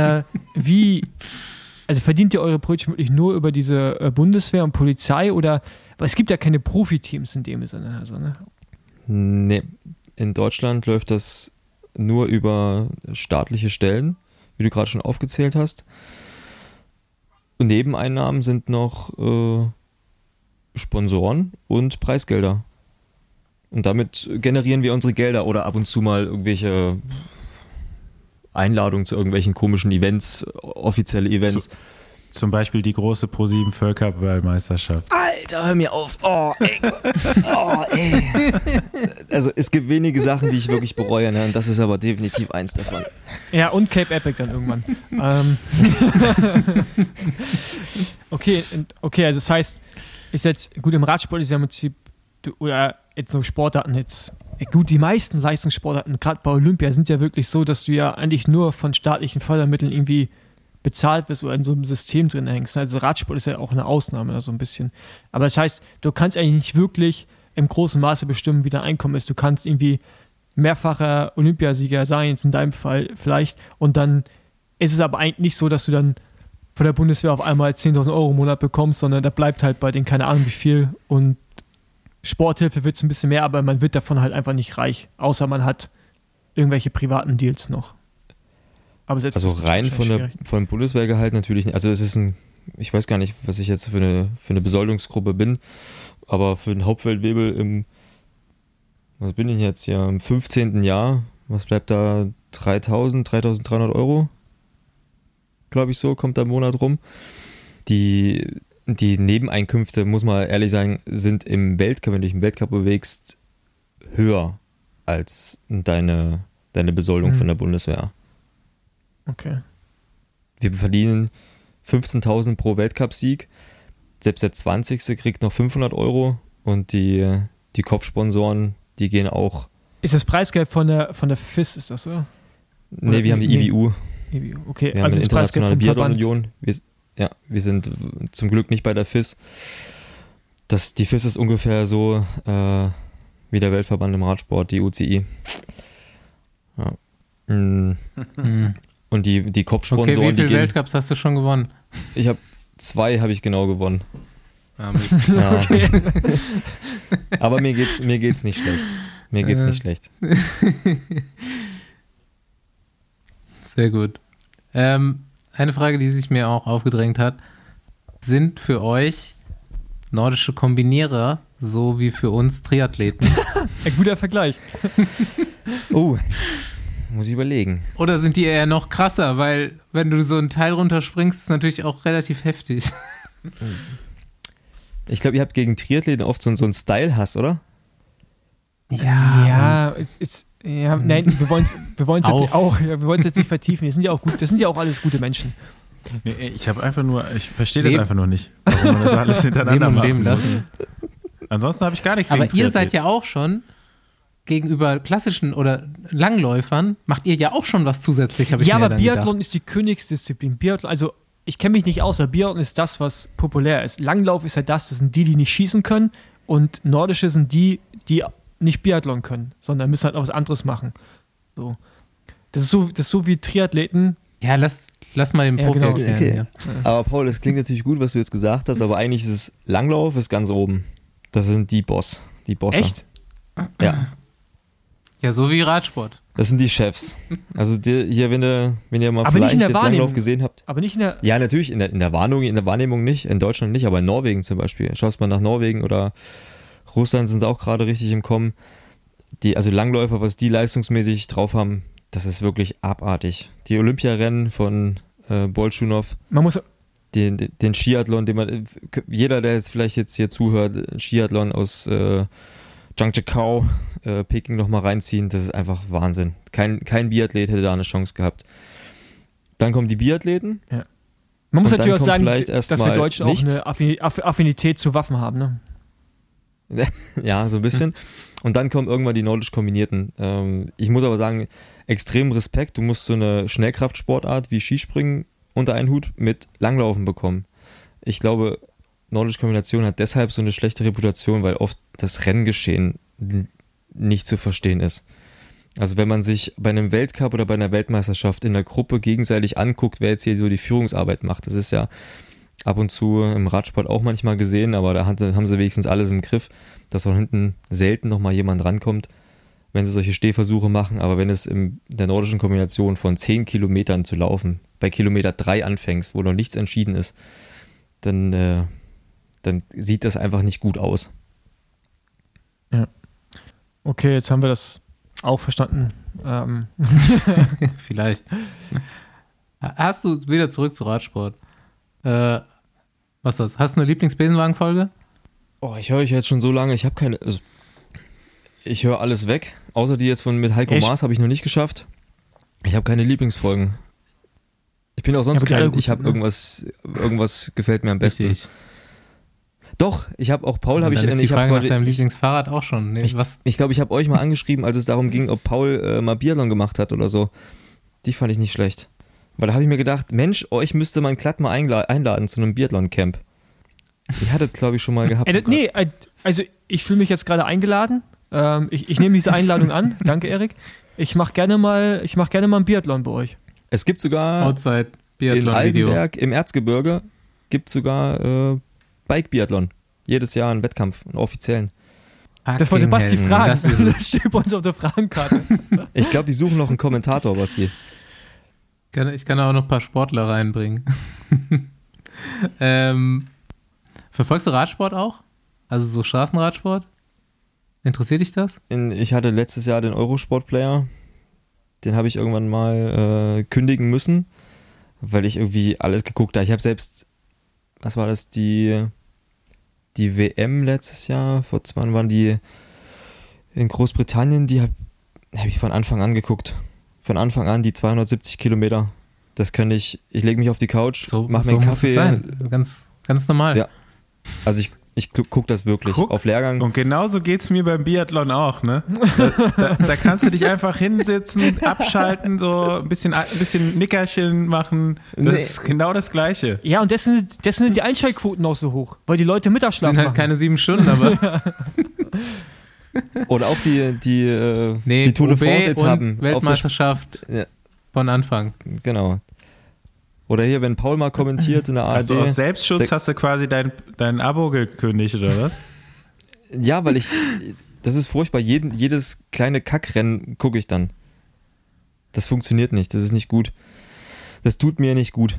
Also verdient ihr eure Brötchen wirklich nur über diese Bundeswehr und Polizei oder, weil es gibt ja keine Profiteams in dem Sinne. Also, ne? Nee, in Deutschland läuft das nur über staatliche Stellen, wie du gerade schon aufgezählt hast. Und Nebeneinnahmen sind noch Sponsoren und Preisgelder. Und damit generieren wir unsere Gelder oder ab und zu mal irgendwelche Einladungen zu irgendwelchen komischen Events, offizielle Events. Zum Beispiel die große Pro7 Völkerballmeisterschaft. Alter, hör mir auf. Oh, ey. Also es gibt wenige Sachen, die ich wirklich bereue, ne? Und das ist aber definitiv eins davon. Ja, und Cape Epic dann irgendwann. Okay, also das heißt, ist jetzt, gut, im Radsport ist ja im Prinzip, oder jetzt so Sportarten jetzt, gut, die meisten Leistungssportarten, gerade bei Olympia, sind ja wirklich so, dass du ja eigentlich nur von staatlichen Fördermitteln irgendwie bezahlt wirst oder in so einem System drin hängst. Also Radsport ist ja auch eine Ausnahme, so ein bisschen. Aber das heißt, du kannst eigentlich nicht wirklich im großen Maße bestimmen, wie dein Einkommen ist. Du kannst irgendwie mehrfacher Olympiasieger sein, jetzt in deinem Fall vielleicht, und dann ist es aber eigentlich nicht so, dass du dann von der Bundeswehr auf einmal 10.000 Euro im Monat bekommst, sondern da bleibt halt bei denen keine Ahnung wie viel, und Sporthilfe wird es ein bisschen mehr, aber man wird davon halt einfach nicht reich, außer man hat irgendwelche privaten Deals noch. Aber selbst Also das ist rein wahrscheinlich von dem Bundeswehrgehalt natürlich nicht. Also es ist ich weiß gar nicht, was ich jetzt für eine Besoldungsgruppe bin, aber für den Hauptfeldwebel was bin ich jetzt hier, im 15. Jahr, was bleibt da, 3.300 Euro, glaube ich, so, kommt da im Monat rum. Die Nebeneinkünfte, muss man ehrlich sagen, sind im Weltcup, wenn du dich im Weltcup bewegst, höher als deine Besoldung von der Bundeswehr. Okay. Wir verdienen 15.000 pro Weltcupsieg. Selbst der 20. kriegt noch 500 Euro und die Kopfsponsoren, die gehen auch. Ist das Preisgeld von der FIS, ist das so? Nee, wir haben die IBU. Okay, Wir also haben das die Preisgeld Internationale vom Verband. Biathlon-Union. Wir sind zum Glück nicht bei der FIS. Die FIS ist ungefähr so wie der Weltverband im Radsport, die UCI. Ja. Und die Kopfsponsoren, Okay, wie viele die gehen. Weltcups hast du schon gewonnen? Ich habe 2 genau gewonnen. Ah, Mist. Ja. Aber mir geht's nicht schlecht. Mir geht's nicht schlecht. Sehr gut. Eine Frage, die sich mir auch aufgedrängt hat: Sind für euch nordische Kombinierer so wie für uns Triathleten? Ein guter Vergleich. Oh, muss ich überlegen. Oder sind die eher noch krasser? Weil, wenn du so einen Teil runterspringst, ist es natürlich auch relativ heftig. Ich glaube, ihr habt gegen Triathleten oft so einen Style-Hass, oder? Ja, nein, wir wollen es jetzt nicht vertiefen. Das sind ja auch alles gute Menschen. Nee, ich verstehe das einfach nur nicht, warum man das alles hintereinander Leben macht. lassen. Ansonsten habe ich gar nichts Aber gegen ihr seid Triathleten. ja auch schon gegenüber klassischen oder Langläufern, macht ihr ja auch schon was zusätzlich, habe ich Ja, mir aber dann Biathlon gedacht. ist die Königsdisziplin. Biathlon, also ich kenne mich nicht aus, aber Biathlon ist das, was populär ist. Langlauf ist halt das sind die nicht schießen können, und Nordische sind die nicht Biathlon können, sondern müssen halt auch was anderes machen. So. Das ist so wie Triathleten. Ja, lass mal den Ja, Profi genau. erklären. Okay. Ja. Aber Paul, das klingt natürlich gut, was du jetzt gesagt hast, aber eigentlich ist es Langlauf ist ganz oben. Das sind die Bosser. Echt? Ja, Ja, so wie Radsport. das sind die Chefs. Also hier, wenn ihr mal Aber nicht vielleicht in der jetzt Wahrnehmung. Langlauf gesehen habt. Aber nicht in der. Ja, natürlich in der Wahrnehmung nicht, in Deutschland nicht, aber in Norwegen zum Beispiel. Schaust mal nach Norwegen oder Russland, sind auch gerade richtig im Kommen. Also Langläufer, was die leistungsmäßig drauf haben, das ist wirklich abartig. Die Olympiarennen von Bolschunow, Man muss. den Skiathlon, jeder, der jetzt vielleicht jetzt hier zuhört, Skiathlon aus Zhangjiakou, Peking nochmal reinziehen, das ist einfach Wahnsinn. Kein Biathlet hätte da eine Chance gehabt. Dann kommen die Biathleten. Man muss Und natürlich auch dann kommt sagen, vielleicht dass erst wir mal Deutschen nichts. auch eine Affinität zu Waffen haben. Ne? Ja, so ein bisschen. Und dann kommen irgendwann die nordisch Kombinierten. Ich muss aber sagen, extrem Respekt. Du musst so eine Schnellkraftsportart wie Skispringen unter einen Hut mit Langlaufen bekommen. Ich glaube, nordische Kombination hat deshalb so eine schlechte Reputation, weil oft das Renngeschehen nicht zu verstehen ist. Also wenn man sich bei einem Weltcup oder bei einer Weltmeisterschaft in der Gruppe gegenseitig anguckt, wer jetzt hier so die Führungsarbeit macht, das ist ja ab und zu im Radsport auch manchmal gesehen, aber da haben sie wenigstens alles im Griff, dass von hinten selten nochmal jemand rankommt, wenn sie solche Stehversuche machen. Aber wenn es in der nordischen Kombination von 10 Kilometern zu laufen, bei Kilometer 3 anfängst, wo noch nichts entschieden ist, dann sieht das einfach nicht gut aus. Okay, jetzt haben wir das auch verstanden. Vielleicht. Hast du wieder zurück zu Radsport? Was ist das? Hast du eine Lieblingsbesenwagen-Folge? Oh, ich höre euch jetzt schon so lange, ich habe keine. Also ich höre alles weg, außer die jetzt mit Heiko Echt? Maas habe ich noch nicht geschafft. Ich habe keine Lieblingsfolgen. Ich bin auch sonst Ja, aber die alle kein. gut Ich habe sind, ne? irgendwas gefällt mir am besten. Richtig. Doch, ich habe auch Paul habe ich. Dann ist die Ich habe Frage nach deinem quasi, Lieblingsfahrrad auch schon. Nee, was? ich glaube, ich habe euch mal angeschrieben, als es darum ging, ob Paul mal Biathlon gemacht hat oder so. Die fand ich nicht schlecht. Weil da habe ich mir gedacht, Mensch, euch müsste man glatt mal einladen zu einem Biathlon-Camp. Ihr hattet es, glaube ich, schon mal gehabt. Also ich fühle mich jetzt gerade eingeladen. Ich nehme diese Einladung an. Danke, Erik. Ich mache gerne mal einen Biathlon bei euch. Es gibt sogar Outside in Biathlon-Video. Altenberg im Erzgebirge gibt es sogar Bike-Biathlon. Jedes Jahr einen Wettkampf, einen offiziellen. Das wollte Basti fragen. Das ist es. Das steht bei uns auf der Fragenkarte. Ich glaube, die suchen noch einen Kommentator, Basti. Ich kann auch noch ein paar Sportler reinbringen. Verfolgst du Radsport auch? Also so Straßenradsport? Interessiert dich das? Ich hatte letztes Jahr den Eurosport-Player. Den habe ich irgendwann mal kündigen müssen, weil ich irgendwie alles geguckt habe. Ich habe selbst, was war das, die WM letztes Jahr, vor 2 Jahren waren die in Großbritannien, die habe ich von Anfang an geguckt. Von Anfang an die 270 Kilometer. Das kann ich lege mich auf die Couch, mache mir einen muss es Kaffee. sein. Ganz normal. Ja. Also ich gucke das wirklich auf Lehrgang. Und genauso geht es mir beim Biathlon auch, ne? Da kannst du dich einfach hinsetzen, abschalten, so ein bisschen Nickerchen machen. Das ist genau das Gleiche. Ja, und deswegen sind die Einschaltquoten auch so hoch, weil die Leute Mittagsschlaf Sind halt machen. keine 7 Stunden, aber Oder auch die Tour de France jetzt und haben. Weltmeisterschaft Ja. von Anfang. Genau. Oder hier, wenn Paul mal kommentiert in der ARD. Also aus Selbstschutz hast du quasi dein Abo gekündigt, oder was? Ja, weil das ist furchtbar. Jedes kleine Kackrennen gucke ich dann. Das funktioniert nicht. Das ist nicht gut. Das tut mir nicht gut.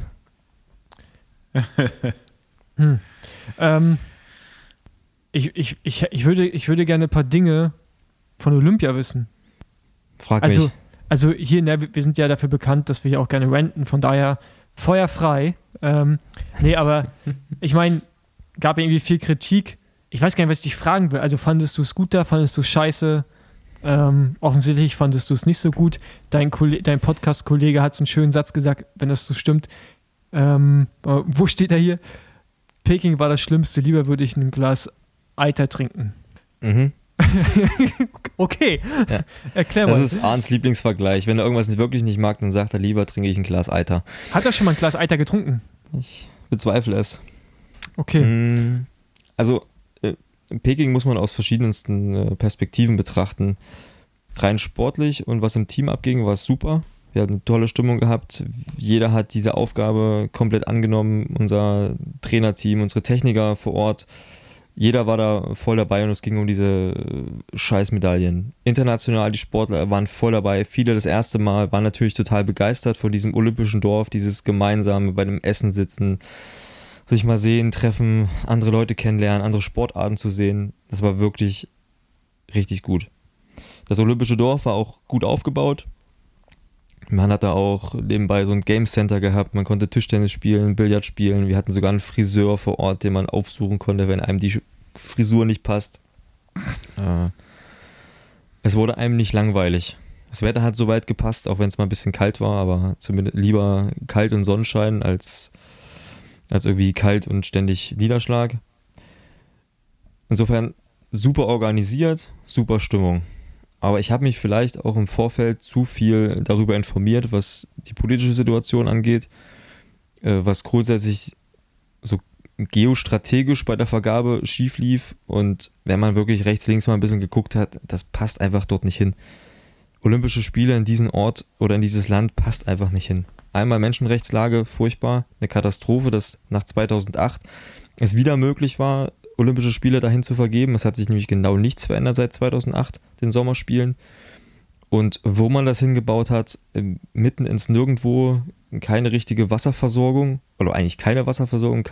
Ich würde gerne ein paar Dinge von Olympia wissen. Frag mich. Also hier, ne, wir sind ja dafür bekannt, dass wir hier auch gerne ranten, von daher feuerfrei. Nee, aber ich meine, gab ja irgendwie viel Kritik. Ich weiß gar nicht, was ich dich fragen will. Also fandest du es gut da, fandest du es scheiße? Offensichtlich fandest du es nicht so gut. Dein Podcast-Kollege hat so einen schönen Satz gesagt, wenn das so stimmt. Wo steht er hier? Peking war das Schlimmste, lieber würde ich ein Glas Eiter trinken. Mhm. Okay, Ja. Erklär mal. Das ist Arns Lieblingsvergleich. Wenn er irgendwas wirklich nicht mag, dann sagt er lieber, trinke ich ein Glas Eiter. Hat er schon mal ein Glas Eiter getrunken? Ich bezweifle es. Okay. Also, Peking muss man aus verschiedensten Perspektiven betrachten. Rein sportlich und was im Team abging, war es super. Wir hatten eine tolle Stimmung gehabt. Jeder hat diese Aufgabe komplett angenommen. Unser Trainerteam, unsere Techniker vor Ort. Jeder war da voll dabei und es ging um diese Scheißmedaillen. International, die Sportler waren voll dabei. Viele das erste Mal waren natürlich total begeistert von diesem olympischen Dorf, dieses gemeinsame bei dem Essen sitzen, sich mal sehen, treffen, andere Leute kennenlernen, andere Sportarten zu sehen. Das war wirklich richtig gut. Das olympische Dorf war auch gut aufgebaut. Man hat da auch nebenbei so ein Game Center gehabt, man konnte Tischtennis spielen, Billard spielen, wir hatten sogar einen Friseur vor Ort, den man aufsuchen konnte, wenn einem die Frisur nicht passt. Es wurde einem nicht langweilig. Das Wetter hat soweit gepasst, auch wenn es mal ein bisschen kalt war, aber zumindest lieber kalt und Sonnenschein als irgendwie kalt und ständig Niederschlag. Insofern super organisiert, super Stimmung. Aber ich habe mich vielleicht auch im Vorfeld zu viel darüber informiert, was die politische Situation angeht, was grundsätzlich so geostrategisch bei der Vergabe schief lief. Und wenn man wirklich rechts, links mal ein bisschen geguckt hat, das passt einfach dort nicht hin. Olympische Spiele in diesen Ort oder in dieses Land passt einfach nicht hin. Einmal Menschenrechtslage, furchtbar, eine Katastrophe, dass nach 2008 es wieder möglich war, Olympische Spiele dahin zu vergeben. Es hat sich nämlich genau nichts verändert seit 2008, den Sommerspielen. Und wo man das hingebaut hat, mitten ins Nirgendwo, keine richtige Wasserversorgung, oder eigentlich keine Wasserversorgung,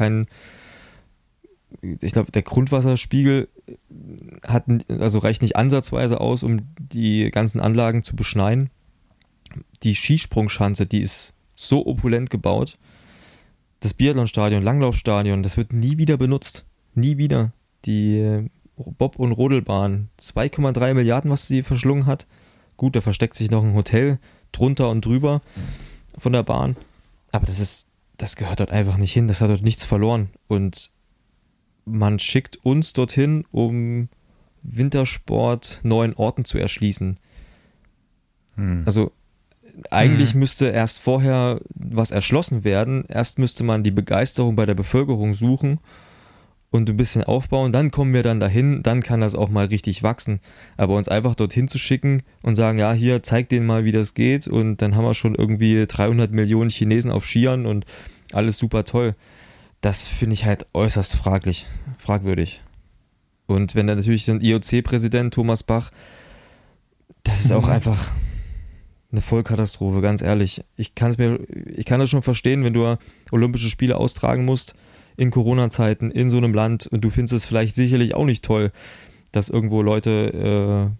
ich glaube, der Grundwasserspiegel reicht nicht ansatzweise aus, um die ganzen Anlagen zu beschneien. Die Skisprungschanze, die ist so opulent gebaut. Das Biathlonstadion, Langlaufstadion, das wird nie wieder benutzt. Nie wieder. Die Bob- und Rodelbahn, 2,3 Milliarden, was sie verschlungen hat. Gut, da versteckt sich noch ein Hotel drunter und drüber von der Bahn. Aber das gehört dort einfach nicht hin. Das hat dort nichts verloren. Und man schickt uns dorthin, um Wintersport neuen Orten zu erschließen. Also eigentlich müsste erst vorher was erschlossen werden. Erst müsste man die Begeisterung bei der Bevölkerung suchen und ein bisschen aufbauen. Dann kommen wir dann dahin, dann kann das auch mal richtig wachsen. Aber uns einfach dorthin zu schicken und sagen, ja, hier, zeig denen mal, wie das geht. Und dann haben wir schon irgendwie 300 Millionen Chinesen auf Skiern und alles super toll. Das finde ich halt äußerst fragwürdig. Und wenn dann natürlich ein IOC-Präsident Thomas Bach, das ist auch einfach eine Vollkatastrophe, ganz ehrlich. Ich kann das schon verstehen, wenn du Olympische Spiele austragen musst in Corona-Zeiten in so einem Land und du findest es vielleicht sicherlich auch nicht toll, dass irgendwo Leute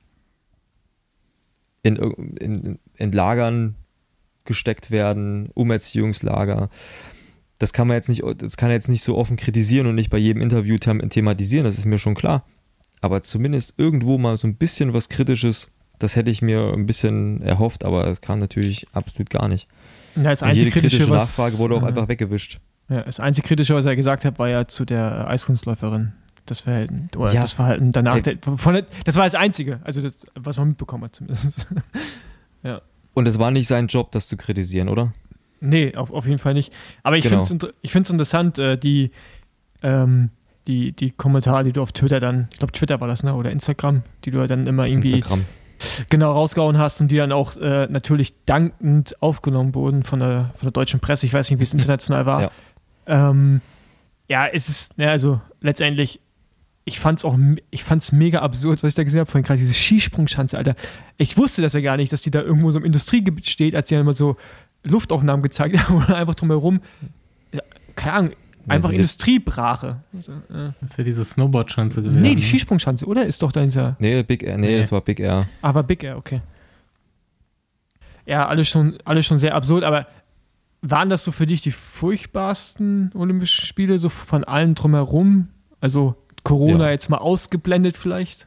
in Lagern gesteckt werden, Umerziehungslager. Das kann er jetzt nicht so offen kritisieren und nicht bei jedem Interview thematisieren, das ist mir schon klar. Aber zumindest irgendwo mal so ein bisschen was Kritisches, das hätte ich mir ein bisschen erhofft, aber es kam natürlich absolut gar nicht. Ja, das und einzige jede kritische Kritische, Nachfrage wurde auch einfach weggewischt. Ja, das einzige Kritische, was er gesagt hat, war ja zu der Eiskunstläuferin. Das Verhalten. Oder Ja. das Verhalten danach. Das war das Einzige, also das, was man mitbekommen hat zumindest. Ja. Und es war nicht sein Job, das zu kritisieren, oder? Nee, auf jeden Fall nicht. Aber ich Genau. finde es interessant, die Kommentare, die du auf Twitter dann, ich glaube Twitter war das, ne? Oder Instagram, die du dann immer irgendwie Instagram. genau rausgehauen hast und die dann auch natürlich dankend aufgenommen wurden von der deutschen Presse. Ich weiß nicht, wie es international war. Ja. Es ist, also letztendlich, ich fand's mega absurd, was ich da gesehen habe, vorhin gerade diese Skisprungschanze, Alter. Ich wusste das ja gar nicht, dass die da irgendwo so im Industriegebiet steht, als sie dann immer so Luftaufnahmen gezeigt haben oder einfach drumherum, keine Ahnung, einfach Industriebrache. Also, Das ist ja diese Snowboard-Schanze gewesen. nee, die Skisprungschanze, oder? Ist doch dann dieser. Nee, Big Air, Nee. das war Big Air. Aber Big Air, okay. Ja, alles schon sehr absurd, aber waren das so für dich die furchtbarsten Olympischen Spiele, so von allen drumherum? Also Corona Ja. jetzt mal ausgeblendet vielleicht?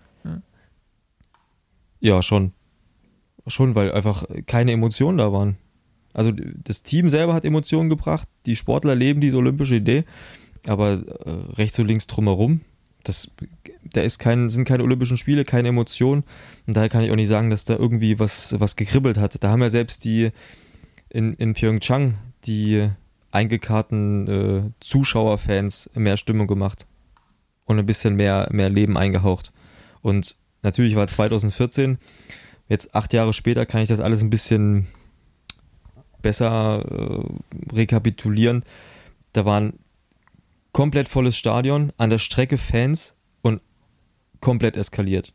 Ja, schon. Schon, weil einfach keine Emotionen da waren. Also das Team selber hat Emotionen gebracht, die Sportler leben diese olympische Idee, aber rechts und links drumherum, sind keine Olympischen Spiele, keine Emotionen und daher kann ich auch nicht sagen, dass da irgendwie was gekribbelt hat. Da haben ja selbst die in Pyeongchang die eingekarrten Zuschauerfans mehr Stimmung gemacht und ein bisschen mehr Leben eingehaucht. Und natürlich war 2014, jetzt 8 Jahre später kann ich das alles ein bisschen besser rekapitulieren. Da war ein komplett volles Stadion, an der Strecke Fans und komplett eskaliert.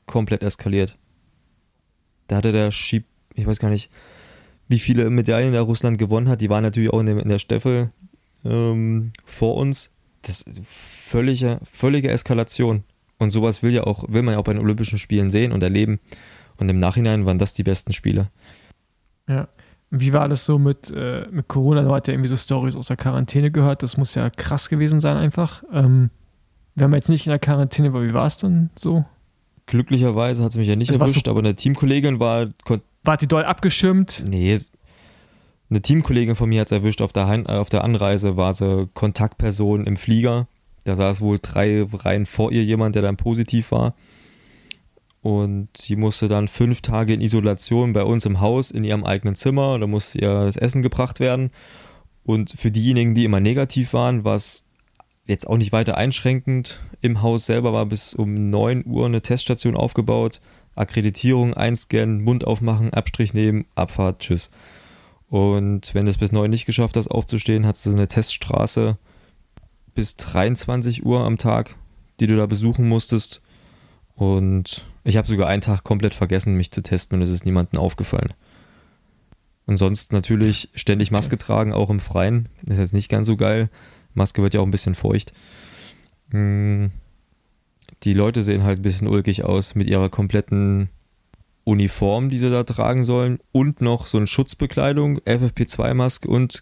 Da hatte der ich weiß gar nicht, wie viele Medaillen da Russland gewonnen hat. Die waren natürlich auch in der Staffel vor uns. Das ist völlige Eskalation. Und sowas will man ja auch bei den Olympischen Spielen sehen und erleben. Und im Nachhinein waren das die besten Spiele. Ja. Wie war das so mit Corona? Du hast ja irgendwie so Storys aus der Quarantäne gehört. Das muss ja krass gewesen sein einfach. Wenn man jetzt nicht in der Quarantäne war, wie war es dann so? Glücklicherweise hat es mich ja nicht erwischt, aber eine Teamkollegin War die doll abgeschirmt? Nee, eine Teamkollegin von mir hat es erwischt. Auf der Anreise war sie Kontaktperson im Flieger. Da saß wohl 3 Reihen vor ihr jemand, der dann positiv war. Und sie musste dann 5 Tage in Isolation bei uns im Haus, in ihrem eigenen Zimmer. Da musste ihr das Essen gebracht werden. Und für diejenigen, die immer negativ waren, war es jetzt auch nicht weiter einschränkend. Im Haus selber war bis um 9 Uhr eine Teststation aufgebaut. Akkreditierung, einscannen, Mund aufmachen, Abstrich nehmen, Abfahrt, tschüss. Und wenn du es bis 9 nicht geschafft hast aufzustehen, hast du eine Teststraße bis 23 Uhr am Tag, die du da besuchen musstest. Und ich habe sogar einen Tag komplett vergessen, mich zu testen und es ist niemandem aufgefallen. Und sonst natürlich ständig Maske tragen, auch im Freien. Das ist jetzt nicht ganz so geil. Maske wird ja auch ein bisschen feucht. Die Leute sehen halt ein bisschen ulkig aus mit ihrer kompletten Uniform, die sie da tragen sollen und noch so eine Schutzbekleidung, FFP2-Maske und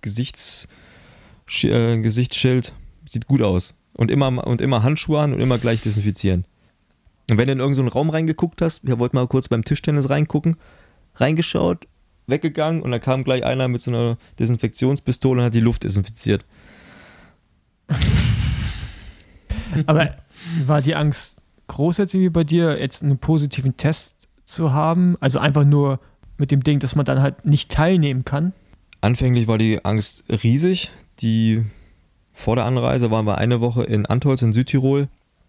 Gesichtsschild. Sieht gut aus. Und immer Handschuhe an und immer gleich desinfizieren. Und wenn du in irgendeinen Raum reingeguckt hast, ich wollte mal kurz beim Tischtennis reingucken, reingeschaut, weggegangen und da kam gleich einer mit so einer Desinfektionspistole und hat die Luft desinfiziert. Aber war die Angst groß jetzt irgendwie bei dir, jetzt einen positiven Test zu haben? Also einfach nur mit dem Ding, dass man dann halt nicht teilnehmen kann? Anfänglich war die Angst riesig. Vor der Anreise waren wir eine Woche in Antholz in Südtirol.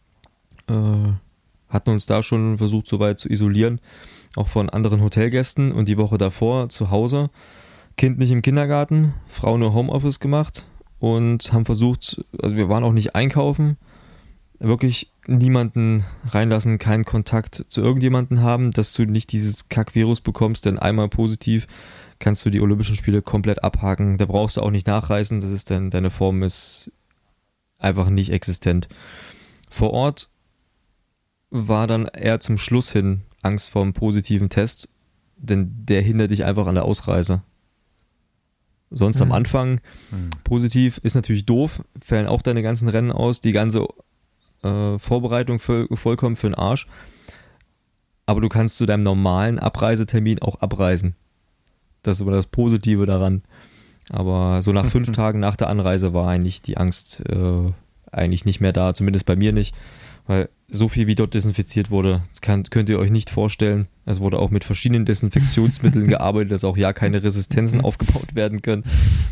Hatten uns da schon versucht, so weit zu isolieren, auch von anderen Hotelgästen. Und die Woche davor zu Hause, Kind nicht im Kindergarten, Frau nur Homeoffice gemacht und haben versucht, also wir waren auch nicht einkaufen, wirklich niemanden reinlassen, keinen Kontakt zu irgendjemanden haben, dass du nicht dieses Kack-Virus bekommst, denn einmal positiv kannst du die Olympischen Spiele komplett abhaken. Da brauchst du auch nicht nachreisen, das ist dann, deine Form ist einfach nicht existent. Vor Ort war dann eher zum Schluss hin Angst vor einem positiven Test, denn der hindert dich einfach an der Ausreise. Sonst am Anfang positiv ist natürlich doof, fällen auch deine ganzen Rennen aus, die ganze Vorbereitung vollkommen für den Arsch. Aber du kannst zu deinem normalen Abreisetermin auch abreisen. Das ist aber das Positive daran. Aber so nach 5 Tagen nach der Anreise war eigentlich die Angst eigentlich nicht mehr da, zumindest bei mir nicht. Weil so viel wie dort desinfiziert wurde, das könnt ihr euch nicht vorstellen. Es wurde auch mit verschiedenen Desinfektionsmitteln gearbeitet, dass auch ja keine Resistenzen aufgebaut werden können.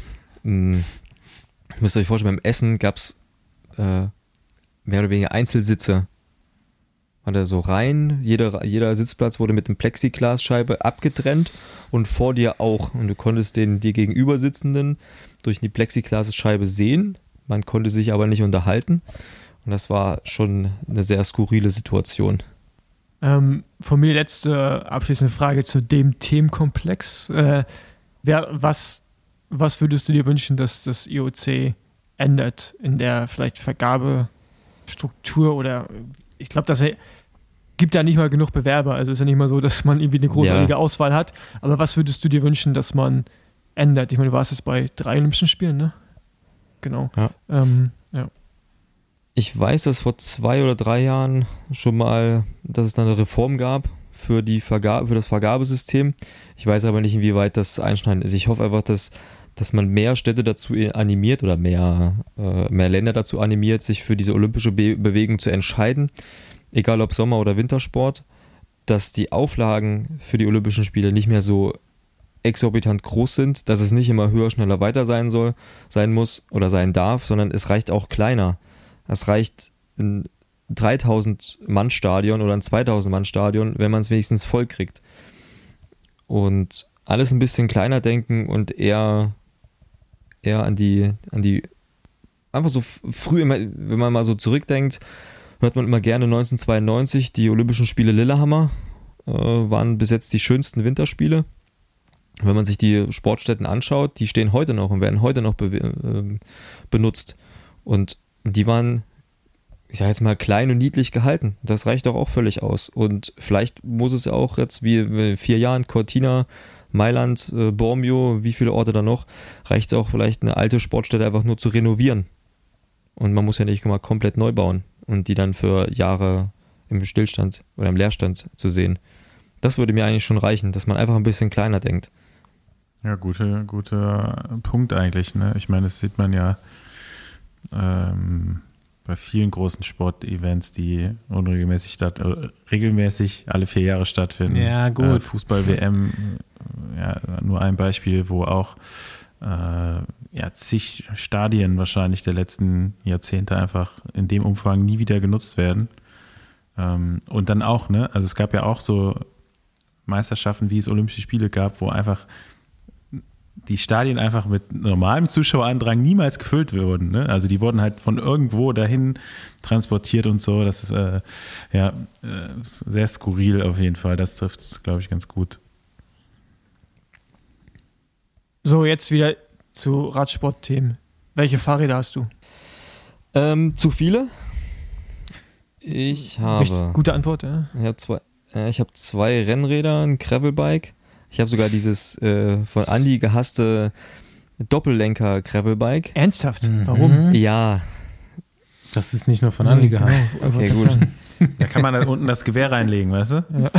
Müsst ihr euch vorstellen, beim Essen gab es mehr oder weniger Einzelsitze. War da so rein, jeder Sitzplatz wurde mit einem Plexiglasscheibe abgetrennt und vor dir auch. Und du konntest den dir gegenüber sitzenden durch die Plexiglasscheibe sehen. Man konnte sich aber nicht unterhalten. Und das war schon eine sehr skurrile Situation. Von mir letzte abschließende Frage zu dem Themenkomplex. Was würdest du dir wünschen, dass das IOC ändert in der vielleicht Vergabestruktur oder ich glaube, das gibt ja nicht mal genug Bewerber. Also ist ja nicht mal so, dass man irgendwie eine großartige Auswahl hat. Aber was würdest du dir wünschen, dass man ändert? Ich meine, du warst jetzt bei 3 Olympischen Spielen, ne? Genau. Ja. Ja. Ich weiß, dass vor 2 oder 3 Jahren schon mal, dass es da eine Reform gab für das Vergabesystem. Ich weiß aber nicht, inwieweit das einschneidend ist. Ich hoffe einfach, dass man mehr Städte dazu animiert oder mehr Länder dazu animiert, sich für diese olympische Bewegung zu entscheiden, egal ob Sommer- oder Wintersport, dass die Auflagen für die Olympischen Spiele nicht mehr so exorbitant groß sind, dass es nicht immer höher, schneller, weiter sein muss oder sein darf, sondern es reicht auch kleiner. Es reicht ein 3000-Mann-Stadion oder ein 2000-Mann-Stadion, wenn man es wenigstens voll kriegt. Und alles ein bisschen kleiner denken und eher an die einfach so früh, wenn man mal so zurückdenkt, hört man immer gerne 1992, die Olympischen Spiele Lillehammer waren bis jetzt die schönsten Winterspiele. Wenn man sich die Sportstätten anschaut, die stehen heute noch und werden heute noch benutzt. Und die waren, ich sage jetzt mal, klein und niedlich gehalten. Das reicht doch auch völlig aus. Und vielleicht muss es auch jetzt wie in 4 Jahren Cortina, Mailand, Bormio, wie viele Orte da noch, reicht es auch vielleicht eine alte Sportstätte einfach nur zu renovieren. Und man muss ja nicht mal komplett neu bauen und die dann für Jahre im Stillstand oder im Leerstand zu sehen. Das würde mir eigentlich schon reichen, dass man einfach ein bisschen kleiner denkt. Ja, guter Punkt eigentlich. Ne? Ich meine, das sieht man ja bei vielen großen Sportevents, die regelmäßig alle 4 Jahre stattfinden. Ja, gut. Fußball-WM, ja, nur ein Beispiel, wo auch zig Stadien wahrscheinlich der letzten Jahrzehnte einfach in dem Umfang nie wieder genutzt werden. Und dann auch, ne, also es gab ja auch so Meisterschaften, wie es Olympische Spiele gab, wo einfach die Stadien einfach mit normalem Zuschauerandrang niemals gefüllt wurden. Ne? Also die wurden halt von irgendwo dahin transportiert und so. Das ist sehr skurril auf jeden Fall. Das trifft es, glaube ich, ganz gut. So, jetzt wieder zu Radsportthemen. Welche Fahrräder hast du? Zu viele. Ich habe... Richtig gute Antwort, ja. Ich habe 2 Rennräder, ein Gravelbike. Ich habe sogar dieses von Andi gehasste Doppellenker-Gravelbike. Ernsthaft? Warum? Ja. Das ist nicht nur von Andi gehasst. Genau, Okay, gut. Da kann man da unten das Gewehr reinlegen, weißt du? Ja.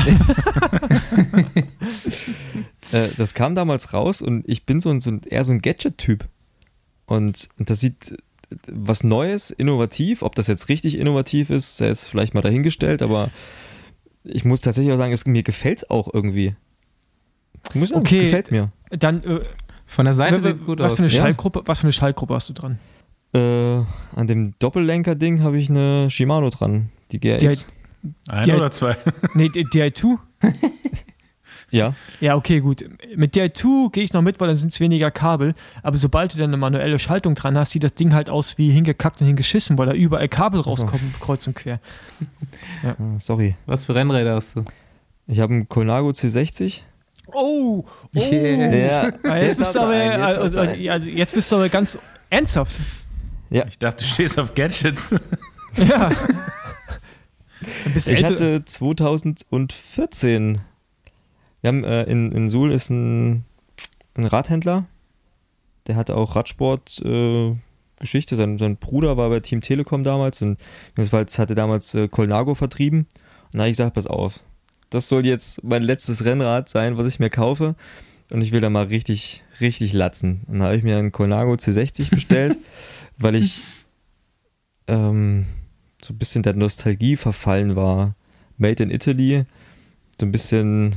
Das kam damals raus und ich bin eher so ein Gadget-Typ. Und das sieht was Neues, innovativ. Ob das jetzt richtig innovativ ist, sei jetzt vielleicht mal dahingestellt, aber ich muss tatsächlich auch sagen, mir gefällt es auch irgendwie. Muss sagen, Okay. das gefällt mir. Dann, Von der Seite sieht es gut was aus. für eine Ja. Schaltgruppe hast du dran? An dem Doppellenker-Ding habe ich eine Shimano dran, die GRX. Ein oder zwei? Nee, DI2? Ja, Ja, okay, gut. Mit DI2 gehe ich noch mit, weil dann sind es weniger Kabel. Aber sobald du dann eine manuelle Schaltung dran hast, sieht das Ding halt aus wie hingekackt und hingeschissen, weil da überall Kabel rauskommen, kreuz und quer. sorry. Was für Rennräder hast du? Ich habe einen Colnago C60. Oh! Yes. Ja, Jetzt bist du habt ihr aber, einen, jetzt habt ihr einen. also jetzt bist du aber ganz ernsthaft. Ich dachte, du stehst auf Gadgets. Ja. Ein bisschen Ich älter. hatte 2014, wir haben in Suhl ist ein Radhändler, der hatte auch Radsport Geschichte, sein Bruder war bei Team Telekom damals und jedenfalls hatte damals Colnago vertrieben und da habe ich gesagt, pass auf, das soll jetzt mein letztes Rennrad sein, was ich mir kaufe und ich will da mal richtig, richtig latzen. Und da habe ich mir einen Colnago C60 bestellt, weil ich so ein bisschen der Nostalgie verfallen war. Made in Italy, so ein bisschen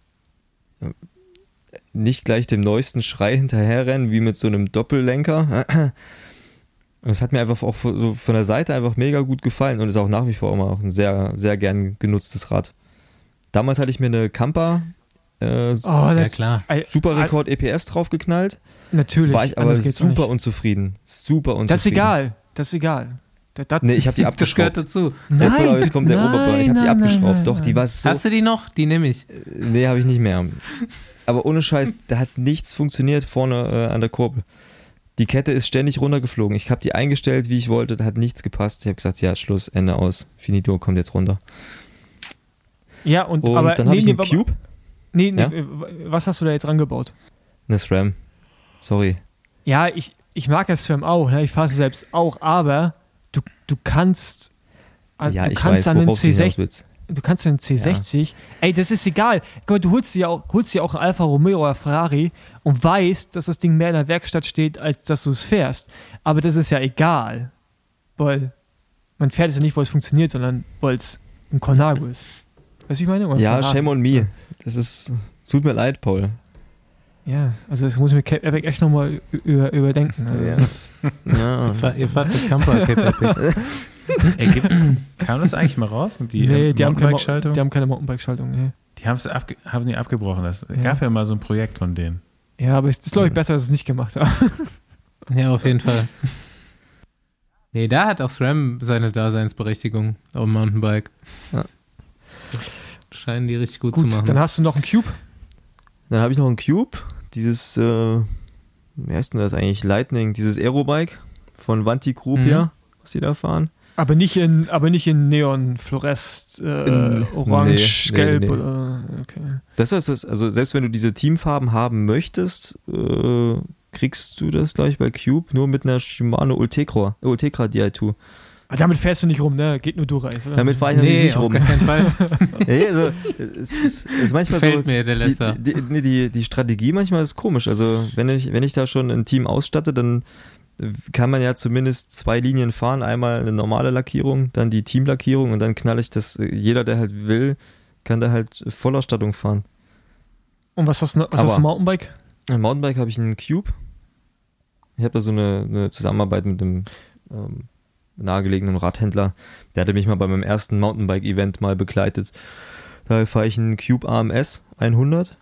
nicht gleich dem neuesten Schrei hinterherrennen, wie mit so einem Doppellenker. Und es hat mir einfach auch so von der Seite einfach mega gut gefallen und ist auch nach wie vor immer auch ein sehr, sehr gern genutztes Rad. Damals hatte ich mir eine Kampa Ja, klar. Super Rekord EPS draufgeknallt. Natürlich. War ich aber anders geht's auch super nicht. unzufrieden. Super unzufrieden. Das ist egal. Das ist egal. Nee, ich habe die Das gehört abgeschraubt. dazu. Jetzt kommt der Oberburner. Ich habe die abgeschraubt. nein, Doch, die war so... Hast du die noch? Die nehme ich. Nee, habe ich nicht mehr. Aber ohne Scheiß, da hat nichts funktioniert vorne an der Kurbel. Die Kette ist ständig runtergeflogen. Ich habe die eingestellt, wie ich wollte, da hat nichts gepasst. Ich habe gesagt, ja, Schluss, Ende aus. Finito, kommt jetzt runter. Ja, und Und aber dann habe ich einen Cube, Nee, Ja? Was hast du da jetzt rangebaut? eine SRAM. Sorry. Ja, ich mag das SRAM auch, ne? Ich fahre es selbst auch, aber du kannst Ja, du ich kannst weiß, dann einen worauf du hinaus C60 willst. Du kannst einen C60, ey, das ist egal. Guck mal, du holst dir auch einen Alfa Romeo oder Ferrari und weißt, dass das Ding mehr in der Werkstatt steht, als dass du es fährst. Aber das ist ja egal, weil man fährt es ja nicht, weil es funktioniert, sondern weil es ein Colnago ist. Weißt du, ich meine? Oder Ja, Ferrari. shame on me. Das ist... Tut mir leid, Paul. Ja, also das muss ich mit Cape Epic echt nochmal überdenken. Also Ja. das ist, Ja. Ihr fahrt mit Camper, Cape Epic. Ey, kam das eigentlich mal raus? Die die haben Mountainbike-Schaltung? keine Mountainbike-Schaltung. Nee. Die haben die abgebrochen. Das Ja. gab ja mal so ein Projekt von denen. Ja, aber es ist, glaube ich, besser, dass es nicht gemacht haben. Ja, auf jeden Fall. Nee, da hat auch SRAM seine Daseinsberechtigung auf dem Mountainbike. Ja. Scheinen die richtig gut, Gut, zu machen. dann hast du noch einen Cube. Dann habe ich noch einen Cube. Dieses, wie heißt denn das eigentlich? Lightning, dieses Aerobike von Vanti Group hier, was die da fahren. Aber nicht in Neon, Fluorest, Orange, nee, Gelb nee. oder. Okay. Das ist das, also selbst wenn du diese Teamfarben haben möchtest, kriegst du das gleich bei Cube nur mit einer Shimano Ultegra Di2. Aber damit fährst du nicht rum, ne? Geht nur Durchreis, oder? Damit fahre ich natürlich Nee, nicht auf rum. gar keinen Fall. Nee, also, es ist manchmal so, Gefällt mir, der Lesser. die Strategie manchmal ist komisch. Also wenn ich da schon ein Team ausstatte, dann kann man ja zumindest 2 Linien fahren. Einmal eine normale Lackierung, dann die Teamlackierung und dann knall ich das, jeder, der halt will, kann da halt Vollausstattung fahren. Und was hast du Mountainbike? Im Mountainbike habe ich einen Cube. Ich habe da so eine Zusammenarbeit mit einem nahegelegenen Radhändler. Der hatte mich mal bei meinem ersten Mountainbike-Event mal begleitet. Da fahre ich einen Cube AMS 100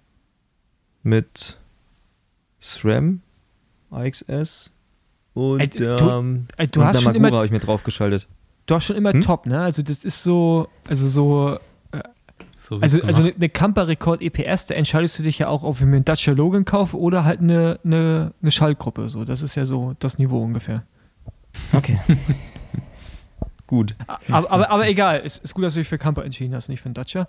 mit SRAM AXS und Ey, du und hast der schon Magura immer, habe ich mir draufgeschaltet. du hast schon immer top, ne? Also das ist so, So wird's also gemacht. eine Camper-Rekord EPS, da entscheidest du dich ja auch, ob ich mir einen Dacia Logan kaufe oder halt eine Schaltgruppe. So, das ist ja so das Niveau ungefähr. Okay. Gut. Aber egal, ist gut, dass du dich für Camper entschieden hast, nicht für einen Dacia.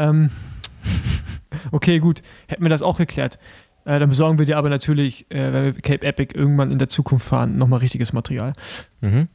Okay, gut, hätten wir das auch geklärt. Dann besorgen wir dir aber natürlich, wenn wir Cape Epic irgendwann in der Zukunft fahren, nochmal richtiges Material. Mhm.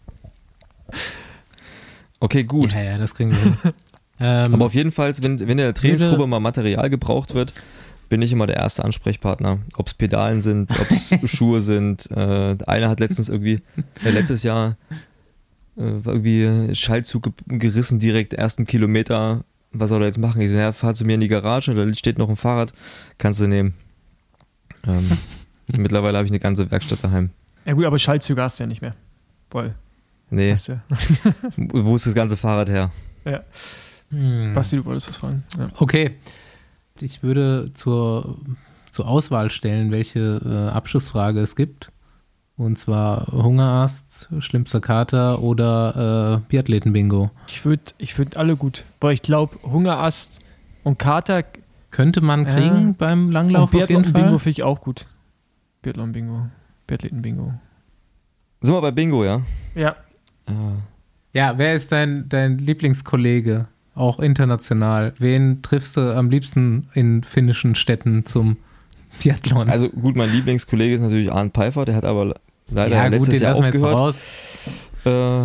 Okay, gut. Ja, das kriegen wir hin. Aber auf jeden Fall, wenn in der Trainingsgruppe mal Material gebraucht wird, bin ich immer der erste Ansprechpartner. Ob es Pedalen sind, ob es Schuhe sind. Einer hat letztes Jahr war irgendwie Schaltzug gerissen, direkt ersten Kilometer was soll er jetzt machen? Ich so, ja, fahr zu mir in die Garage, da steht noch ein Fahrrad, kannst du nehmen. Mittlerweile habe ich eine ganze Werkstatt daheim. Ja gut, aber Schaltzüge hast du ja nicht mehr. Voll. Nee, Hast du ja. wo ist das ganze Fahrrad her? Ja. Hm. Basti, du wolltest was fragen. Ja. Okay. Ich würde zur Auswahl stellen, welche Abschlussfrage es gibt. Und zwar Hungerast, schlimmster Kater oder Biathleten-Bingo. Ich würd alle gut. Weil ich glaube, Hungerast und Kater Könnte man kriegen beim Langlauf und auf jeden Biathlon-Bingo Fall. finde ich auch gut. Biathlon-Bingo. Biathleten-Bingo. Sind wir bei Bingo, ja? Ja. Ja, wer ist dein Lieblingskollege, auch international? Wen triffst du am liebsten in finnischen Städten zum Biathlon? Also gut, mein Lieblingskollege ist natürlich Arndt Pfeiffer, der hat aber leider ja, gut, letztes den Jahr lassen wir jetzt mal aufgehört. raus.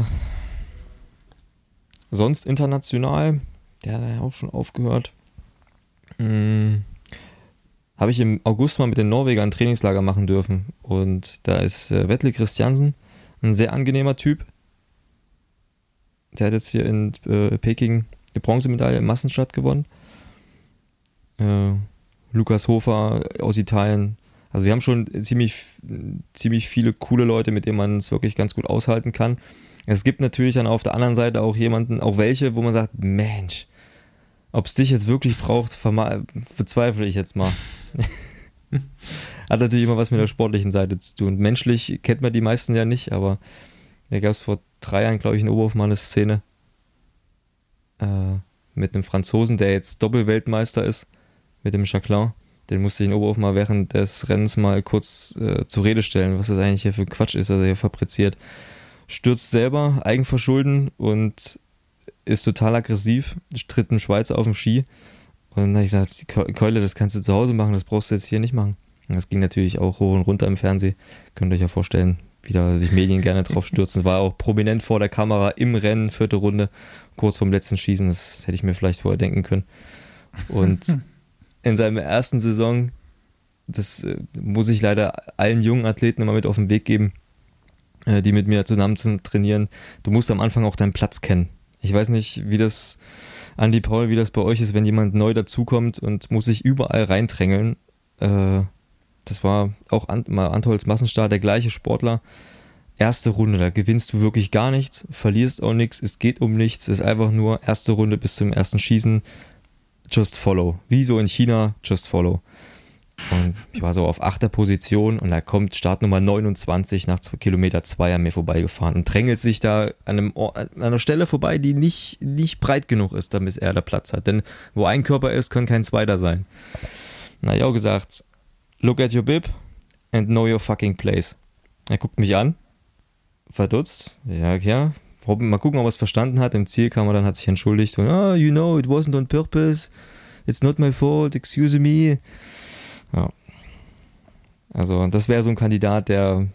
Sonst international, der hat ja auch schon aufgehört. Habe ich im August mal mit den Norwegern ein Trainingslager machen dürfen. Und da ist Vetle Christiansen, ein sehr angenehmer Typ. Der hat jetzt hier in Peking die Bronzemedaille im Massenstart gewonnen. Lukas Hofer aus Italien. Also wir haben schon ziemlich viele coole Leute, mit denen man es wirklich ganz gut aushalten kann. Es gibt natürlich dann auf der anderen Seite auch jemanden, auch welche, wo man sagt, Mensch, ob es dich jetzt wirklich braucht, bezweifle ich jetzt mal. Hat natürlich immer was mit der sportlichen Seite zu tun. Menschlich kennt man die meisten ja nicht, aber da gab es vor 3 Jahren, glaube ich, in Oberhof mal eine Szene mit einem Franzosen, der jetzt Doppelweltmeister ist, mit dem Jacquelin. Den musste ich in Oberhof mal während des Rennens mal kurz zur Rede stellen, was das eigentlich hier für Quatsch ist, was er hier fabriziert. Stürzt selber, Eigenverschulden und ist total aggressiv, tritt einem Schweizer auf den Ski. Und dann habe ich gesagt, Keule, das kannst du zu Hause machen, das brauchst du jetzt hier nicht machen. Und das ging natürlich auch hoch und runter im Fernsehen. Könnt ihr euch ja vorstellen, wie da sich Medien gerne drauf stürzen. War auch prominent vor der Kamera im Rennen, 4. Runde, kurz vorm letzten Schießen. Das hätte ich mir vielleicht vorher denken können. Und in seiner ersten Saison, das muss ich leider allen jungen Athleten immer mit auf den Weg geben, die mit mir zusammen trainieren. Du musst am Anfang auch deinen Platz kennen. Ich weiß nicht, wie das, Andi Paul, wie das bei euch ist, wenn jemand neu dazukommt und muss sich überall reindrängeln. Das war auch mal Antolz Massenstart, der gleiche Sportler. Erste Runde, da gewinnst du wirklich gar nichts, verlierst auch nichts, es geht um nichts, es ist einfach nur erste Runde bis zum ersten Schießen, just follow. Wie so in China, just follow. Und ich war so auf 8. Position und da kommt Startnummer 29 nach 2 Kilometer 2 an mir vorbeigefahren und drängelt sich da an einer Stelle vorbei, die nicht breit genug ist, damit er da Platz hat. Denn wo ein Körper ist, kann kein zweiter sein. Na, ich auch gesagt, look at your bib and know your fucking place. Er guckt mich an, verdutzt, ja, mal gucken, ob er es verstanden hat. Im Ziel kam er dann, hat sich entschuldigt und, you know, it wasn't on purpose, it's not my fault, excuse me. Ja. Also das wäre so ein Kandidat, der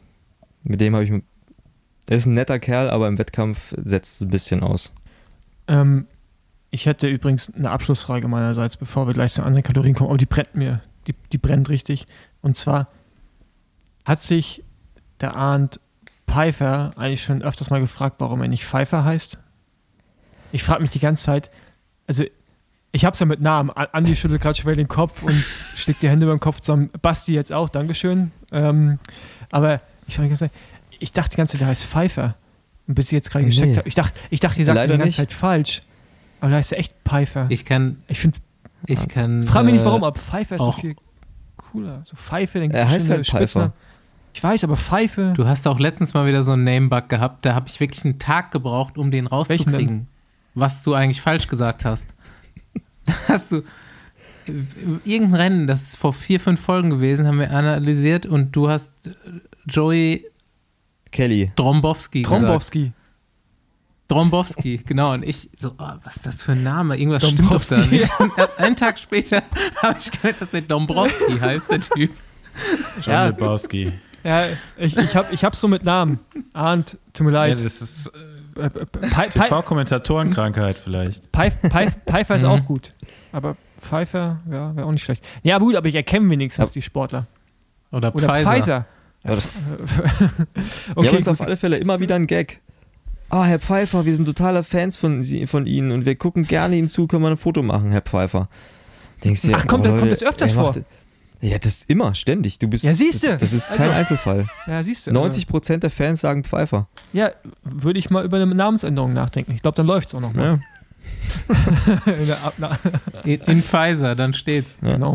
ist ein netter Kerl, aber im Wettkampf setzt es ein bisschen aus. Ich hätte übrigens eine Abschlussfrage meinerseits, bevor wir gleich zu anderen Kalorien kommen, aber die brennt mir, die brennt richtig. Und zwar hat sich der Arndt Pfeiffer eigentlich schon öfters mal gefragt, warum er nicht Pfeiffer heißt. Ich frage mich die ganze Zeit, also ich habe es ja mit Namen. Andi schüttelt gerade schwer den Kopf und schlägt die Hände beim Kopf zusammen. Basti jetzt auch, Dankeschön. Aber ich dachte die ganze Zeit, der heißt Pfeiffer. Und bis ich jetzt gerade gecheckt habe, ich dachte, ihr sagt die ganze Zeit falsch. Aber da heißt er echt Pfeiffer. Ich kann. Frag mich nicht warum, aber Pfeiffer ist so viel cooler. So Pfeife, dann er heißt halt Pfeiffer. Ich weiß, aber Pfeife. Du hast auch letztens mal wieder so einen Name-Bug gehabt. Da habe ich wirklich einen Tag gebraucht, um den rauszukriegen, was du eigentlich falsch gesagt hast. Hast du irgendein Rennen, das ist vor 4-5 Folgen gewesen, haben wir analysiert und du hast Joey Kelly Drombowski gesagt. Drombowski, genau. Und ich so, was ist das für ein Name? Irgendwas stimmt doch da nicht. Und erst einen Tag später habe ich gehört, dass der Dombrowski heißt, der Typ. John Lebowski. Ja, ich hab's so mit Namen. Arndt, tut mir leid. Ja, das ist TV-Kommentatorenkrankheit vielleicht. Pfeiffer ist auch gut. Aber Pfeiffer, ja, wäre auch nicht schlecht. Ja, gut, aber ich erkenne wenigstens die Sportler. Oder Pfizer. Ja, okay, aber es ist auf alle Fälle immer wieder ein Gag. Herr Pfeiffer, wir sind totaler Fans von Ihnen und wir gucken gerne Ihnen zu, können wir ein Foto machen, Herr Pfeiffer. Denkst du, Ach komm, dann kommt das öfters vor. Ja, das ist immer, ständig. Du bist, Ja, siehste. Das ist kein Also, Einzelfall. Ja, siehst du. 90% der Fans sagen Pfeiffer. Ja, würde ich mal über eine Namensänderung nachdenken. Ich glaube, dann läuft es auch noch mal. Ja. In Pfizer, dann steht's. Ja. Genau.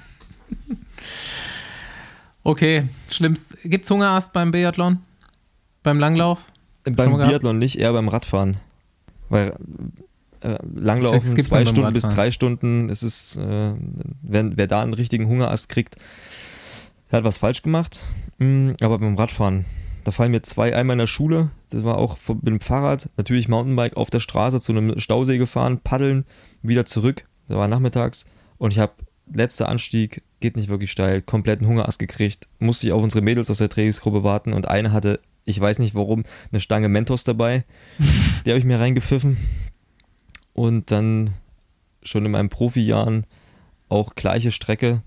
Okay, schlimmst. Gibt's Hungerast beim Biathlon? Beim Langlauf? Schon Beim mal gehabt? Biathlon nicht, eher beim Radfahren. Weil Langlaufen Das gibt's 2 dann beim Stunden bis Radfahren. 3 Stunden, es ist, wer da einen richtigen Hungerast kriegt, der hat was falsch gemacht. Aber beim Radfahren, da fallen mir 2, einmal in der Schule, das war auch mit dem Fahrrad, natürlich Mountainbike auf der Straße zu einem Stausee gefahren, paddeln, wieder zurück, das war nachmittags und ich habe, letzter Anstieg, geht nicht wirklich steil, kompletten Hungerast gekriegt, musste ich auf unsere Mädels aus der Trainingsgruppe warten und eine hatte, ich weiß nicht warum, eine Stange Mentos dabei, die habe ich mir reingepfiffen und dann schon in meinen Profijahren auch gleiche Strecke,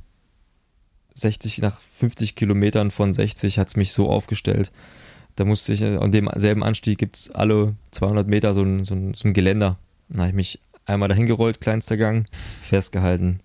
60 nach 50 Kilometern von 60 hat es mich so aufgestellt. Da musste ich, an dem selben Anstieg gibt es alle 200 Meter so ein Geländer. Da habe ich mich einmal dahin gerollt, kleinster Gang, festgehalten.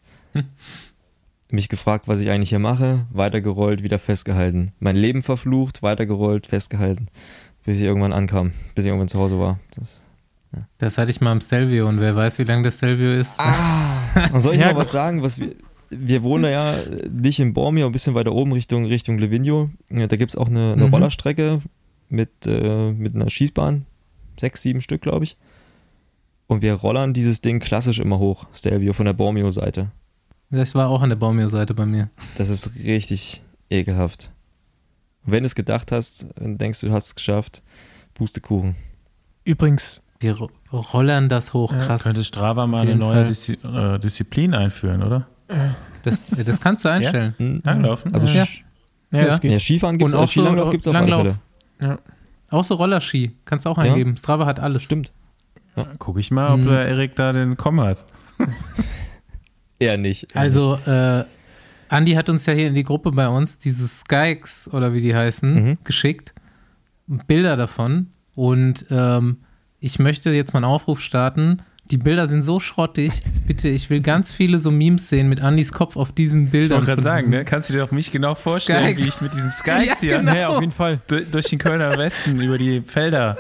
Mich gefragt, was ich eigentlich hier mache, weitergerollt, wieder festgehalten. Mein Leben verflucht, weitergerollt, festgehalten. Bis ich irgendwann ankam, bis ich irgendwann zu Hause war. Das hatte ich mal am Stelvio und wer weiß, wie lang das Stelvio ist. Und soll ich Ja, noch was sagen, was wir wohnen ja nicht in Bormio, ein bisschen weiter oben Richtung Livigno. Ja, da gibt es auch eine Rollerstrecke mit einer Schießbahn. 6, 7 Stück, glaube ich. Und wir rollern dieses Ding klassisch immer hoch, Stelvio, von der Bormio-Seite. Das war auch an der Baumio-Seite bei mir. Das ist richtig ekelhaft. Und wenn du es gedacht hast und denkst, du hast es geschafft, Pustekuchen. Übrigens, Die rollern das hoch, Ja, krass. Könnte Strava mal Auf eine jeden neue Fall. Disziplin einführen, oder? Das kannst du einstellen. Langlaufen? Also Ja. ja, das geht. ja, Skifahren gibt es Und auch, auch so Skilanglauf gibt es auf alle Langlauf. Fälle. Auch so Rollerski, kannst du auch Ja. eingeben. Strava hat alles. Stimmt. Guck ich mal, ob der Erik da den Komm hat. Eher nicht. Also, Andi hat uns ja hier in die Gruppe bei uns diese Skykes oder wie die heißen, geschickt. Bilder davon. Und ich möchte jetzt mal einen Aufruf starten. Die Bilder sind so schrottig. Bitte, ich will ganz viele so Memes sehen mit Andis Kopf auf diesen Ich Bildern. wollte gerade von sagen, diesen- ne? Kannst du dir auf mich genau vorstellen, Skykes. wie ich mit diesen Skykes Ja, hier genau. Ja, auf jeden Fall. durch den Kölner Westen über die Felder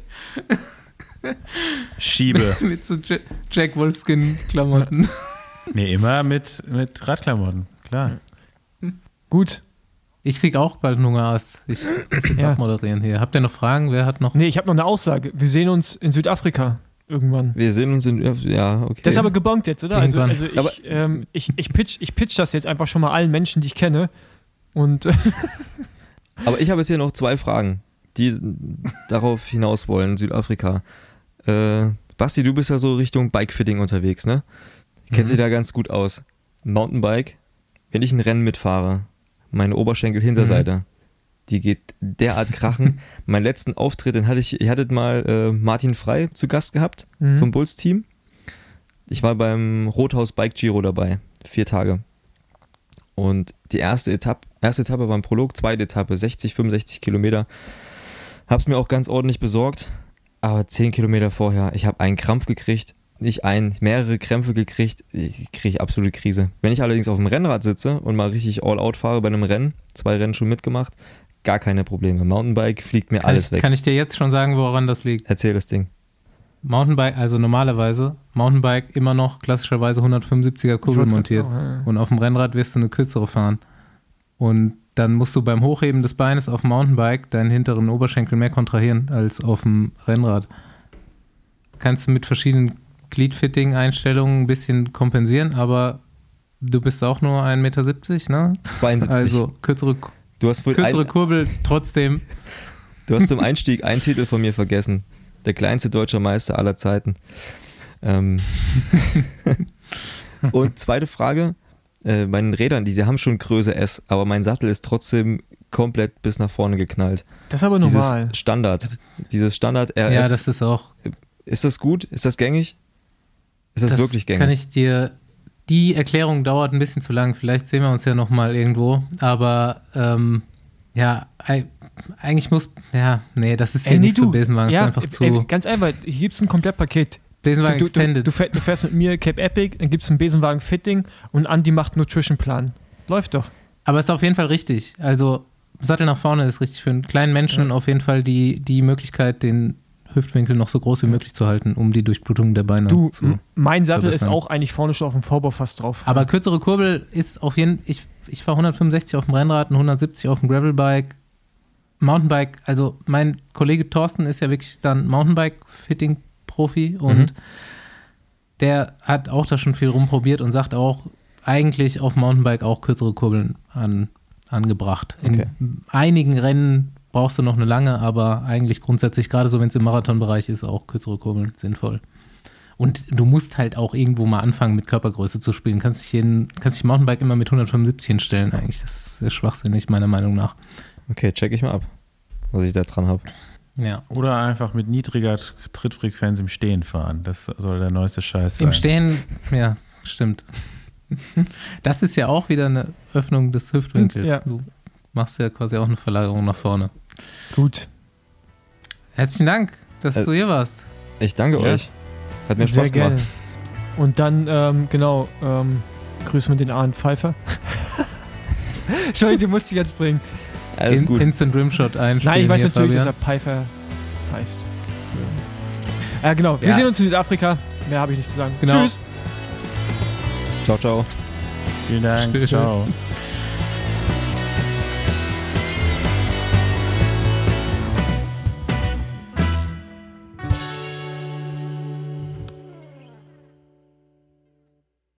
schiebe. mit so Jack Wolfskin-Klamotten. Nee, immer mit Radklamotten, klar. Gut. Ich krieg auch bald einen Hungerast. Ich muss jetzt Ja. abmoderieren hier. Habt ihr noch Fragen? Wer hat noch? Nee, ich habe noch eine Aussage. Wir sehen uns in Südafrika irgendwann. Wir sehen uns ja, okay. Das ist aber gebongt jetzt, oder? Also, Irgendwann. ich pitch das jetzt einfach schon mal allen Menschen, die ich kenne. Und Aber ich habe jetzt hier noch 2 Fragen, die darauf hinaus wollen, Südafrika. Basti, du bist ja so Richtung Bikefitting unterwegs, ne? Kennst dich da ganz gut aus. Mountainbike, wenn ich ein Rennen mitfahre, meine Oberschenkel-Hinterseite, die geht derart krachen. Meinen letzten Auftritt, den ihr hattet mal Martin Frey zu Gast gehabt vom Bulls-Team. Ich war beim Rothaus Bike Giro dabei, 4 Tage. Und die erste Etappe war ein Prolog, zweite Etappe, 60, 65 Kilometer. Hab's mir auch ganz ordentlich besorgt, aber 10 Kilometer vorher, ich habe einen Krampf gekriegt, mehrere Krämpfe gekriegt, ich kriege absolute Krise. Wenn ich allerdings auf dem Rennrad sitze und mal richtig all out fahre bei einem Rennen, 2 Rennen schon mitgemacht, gar keine Probleme. Mountainbike fliegt mir alles weg. Kann ich dir jetzt schon sagen, woran das liegt? Erzähl das Ding. Mountainbike, also normalerweise, Mountainbike immer noch klassischerweise 175er Kurbel montiert. Und auf dem Rennrad wirst du eine kürzere fahren. Und dann musst du beim Hochheben des Beines auf dem Mountainbike deinen hinteren Oberschenkel mehr kontrahieren als auf dem Rennrad. Kannst du mit verschiedenen Gliedfitting-Einstellungen ein bisschen kompensieren, aber du bist auch nur 1,70 Meter, ne? 72. Also kürzere du hast Kurbel trotzdem. Du hast zum Einstieg einen Titel von mir vergessen. Der kleinste deutsche Meister aller Zeiten. Und zweite Frage. Meinen Rädern, die haben schon Größe S, aber mein Sattel ist trotzdem komplett bis nach vorne geknallt. das ist aber normal. Dieses Standard RS. Ja, das ist auch. Ist das gut? Ist das gängig? Ist das wirklich gängig? Kann ich dir. Die Erklärung dauert ein bisschen zu lang. Vielleicht sehen wir uns ja nochmal irgendwo. Aber eigentlich das ist hier nichts für Besenwagen, das ist einfach zu. Ganz einfach, hier gibt es ein Komplettpaket. Besenwagen Extended. Du fährst mit mir Cape Epic, dann gibt es ein Besenwagen-Fitting und Andi macht Nutrition-Plan. Läuft doch. Aber ist auf jeden Fall richtig. Also Sattel nach vorne ist richtig für einen kleinen Menschen auf jeden Fall die Möglichkeit, den Hüftwinkel noch so groß wie möglich zu halten, um die Durchblutung der Beine zu mein Sattel verbessern. ist auch eigentlich vorne schon auf dem Vorbau fast drauf. Aber kürzere Kurbel ist auf jeden Fall, ich fahre 165 auf dem Rennrad und 170 auf dem Gravelbike. Mountainbike, also mein Kollege Thorsten ist ja wirklich dann Mountainbike-Fitting-Profi und der hat auch da schon viel rumprobiert und sagt auch, eigentlich auf Mountainbike auch kürzere Kurbeln angebracht. Okay. In einigen Rennen brauchst du noch eine lange, aber eigentlich grundsätzlich, gerade so wenn es im Marathonbereich ist, auch kürzere Kurbeln sinnvoll. Und du musst halt auch irgendwo mal anfangen, mit Körpergröße zu spielen. Kannst dich Mountainbike immer mit 175 hinstellen eigentlich. Das ist schwachsinnig, meiner Meinung nach. Okay, check ich mal ab, was ich da dran habe. Ja. Oder einfach mit niedriger Trittfrequenz im Stehen fahren. Das soll der neueste Scheiß sein. Im Stehen, ja, stimmt. Das ist ja auch wieder eine Öffnung des Hüftwinkels. Ja. Du machst ja quasi auch eine Verlagerung nach vorne. Gut. Herzlichen Dank, dass du hier warst. Ich danke euch. Hat mir Spaß gemacht. Und dann, grüßen wir den Arndt Pfeiffer. Entschuldigung, die musste ich jetzt bringen. Alles gut. Instant Rimshot einspielen. Nein, ich weiß hier, natürlich, Fabian. dass er Pfeiffer heißt. Ja, genau. Wir sehen uns in Südafrika. Mehr habe ich nicht zu sagen. Genau. Tschüss. Ciao, ciao. Vielen Dank. Tschüss. Ciao.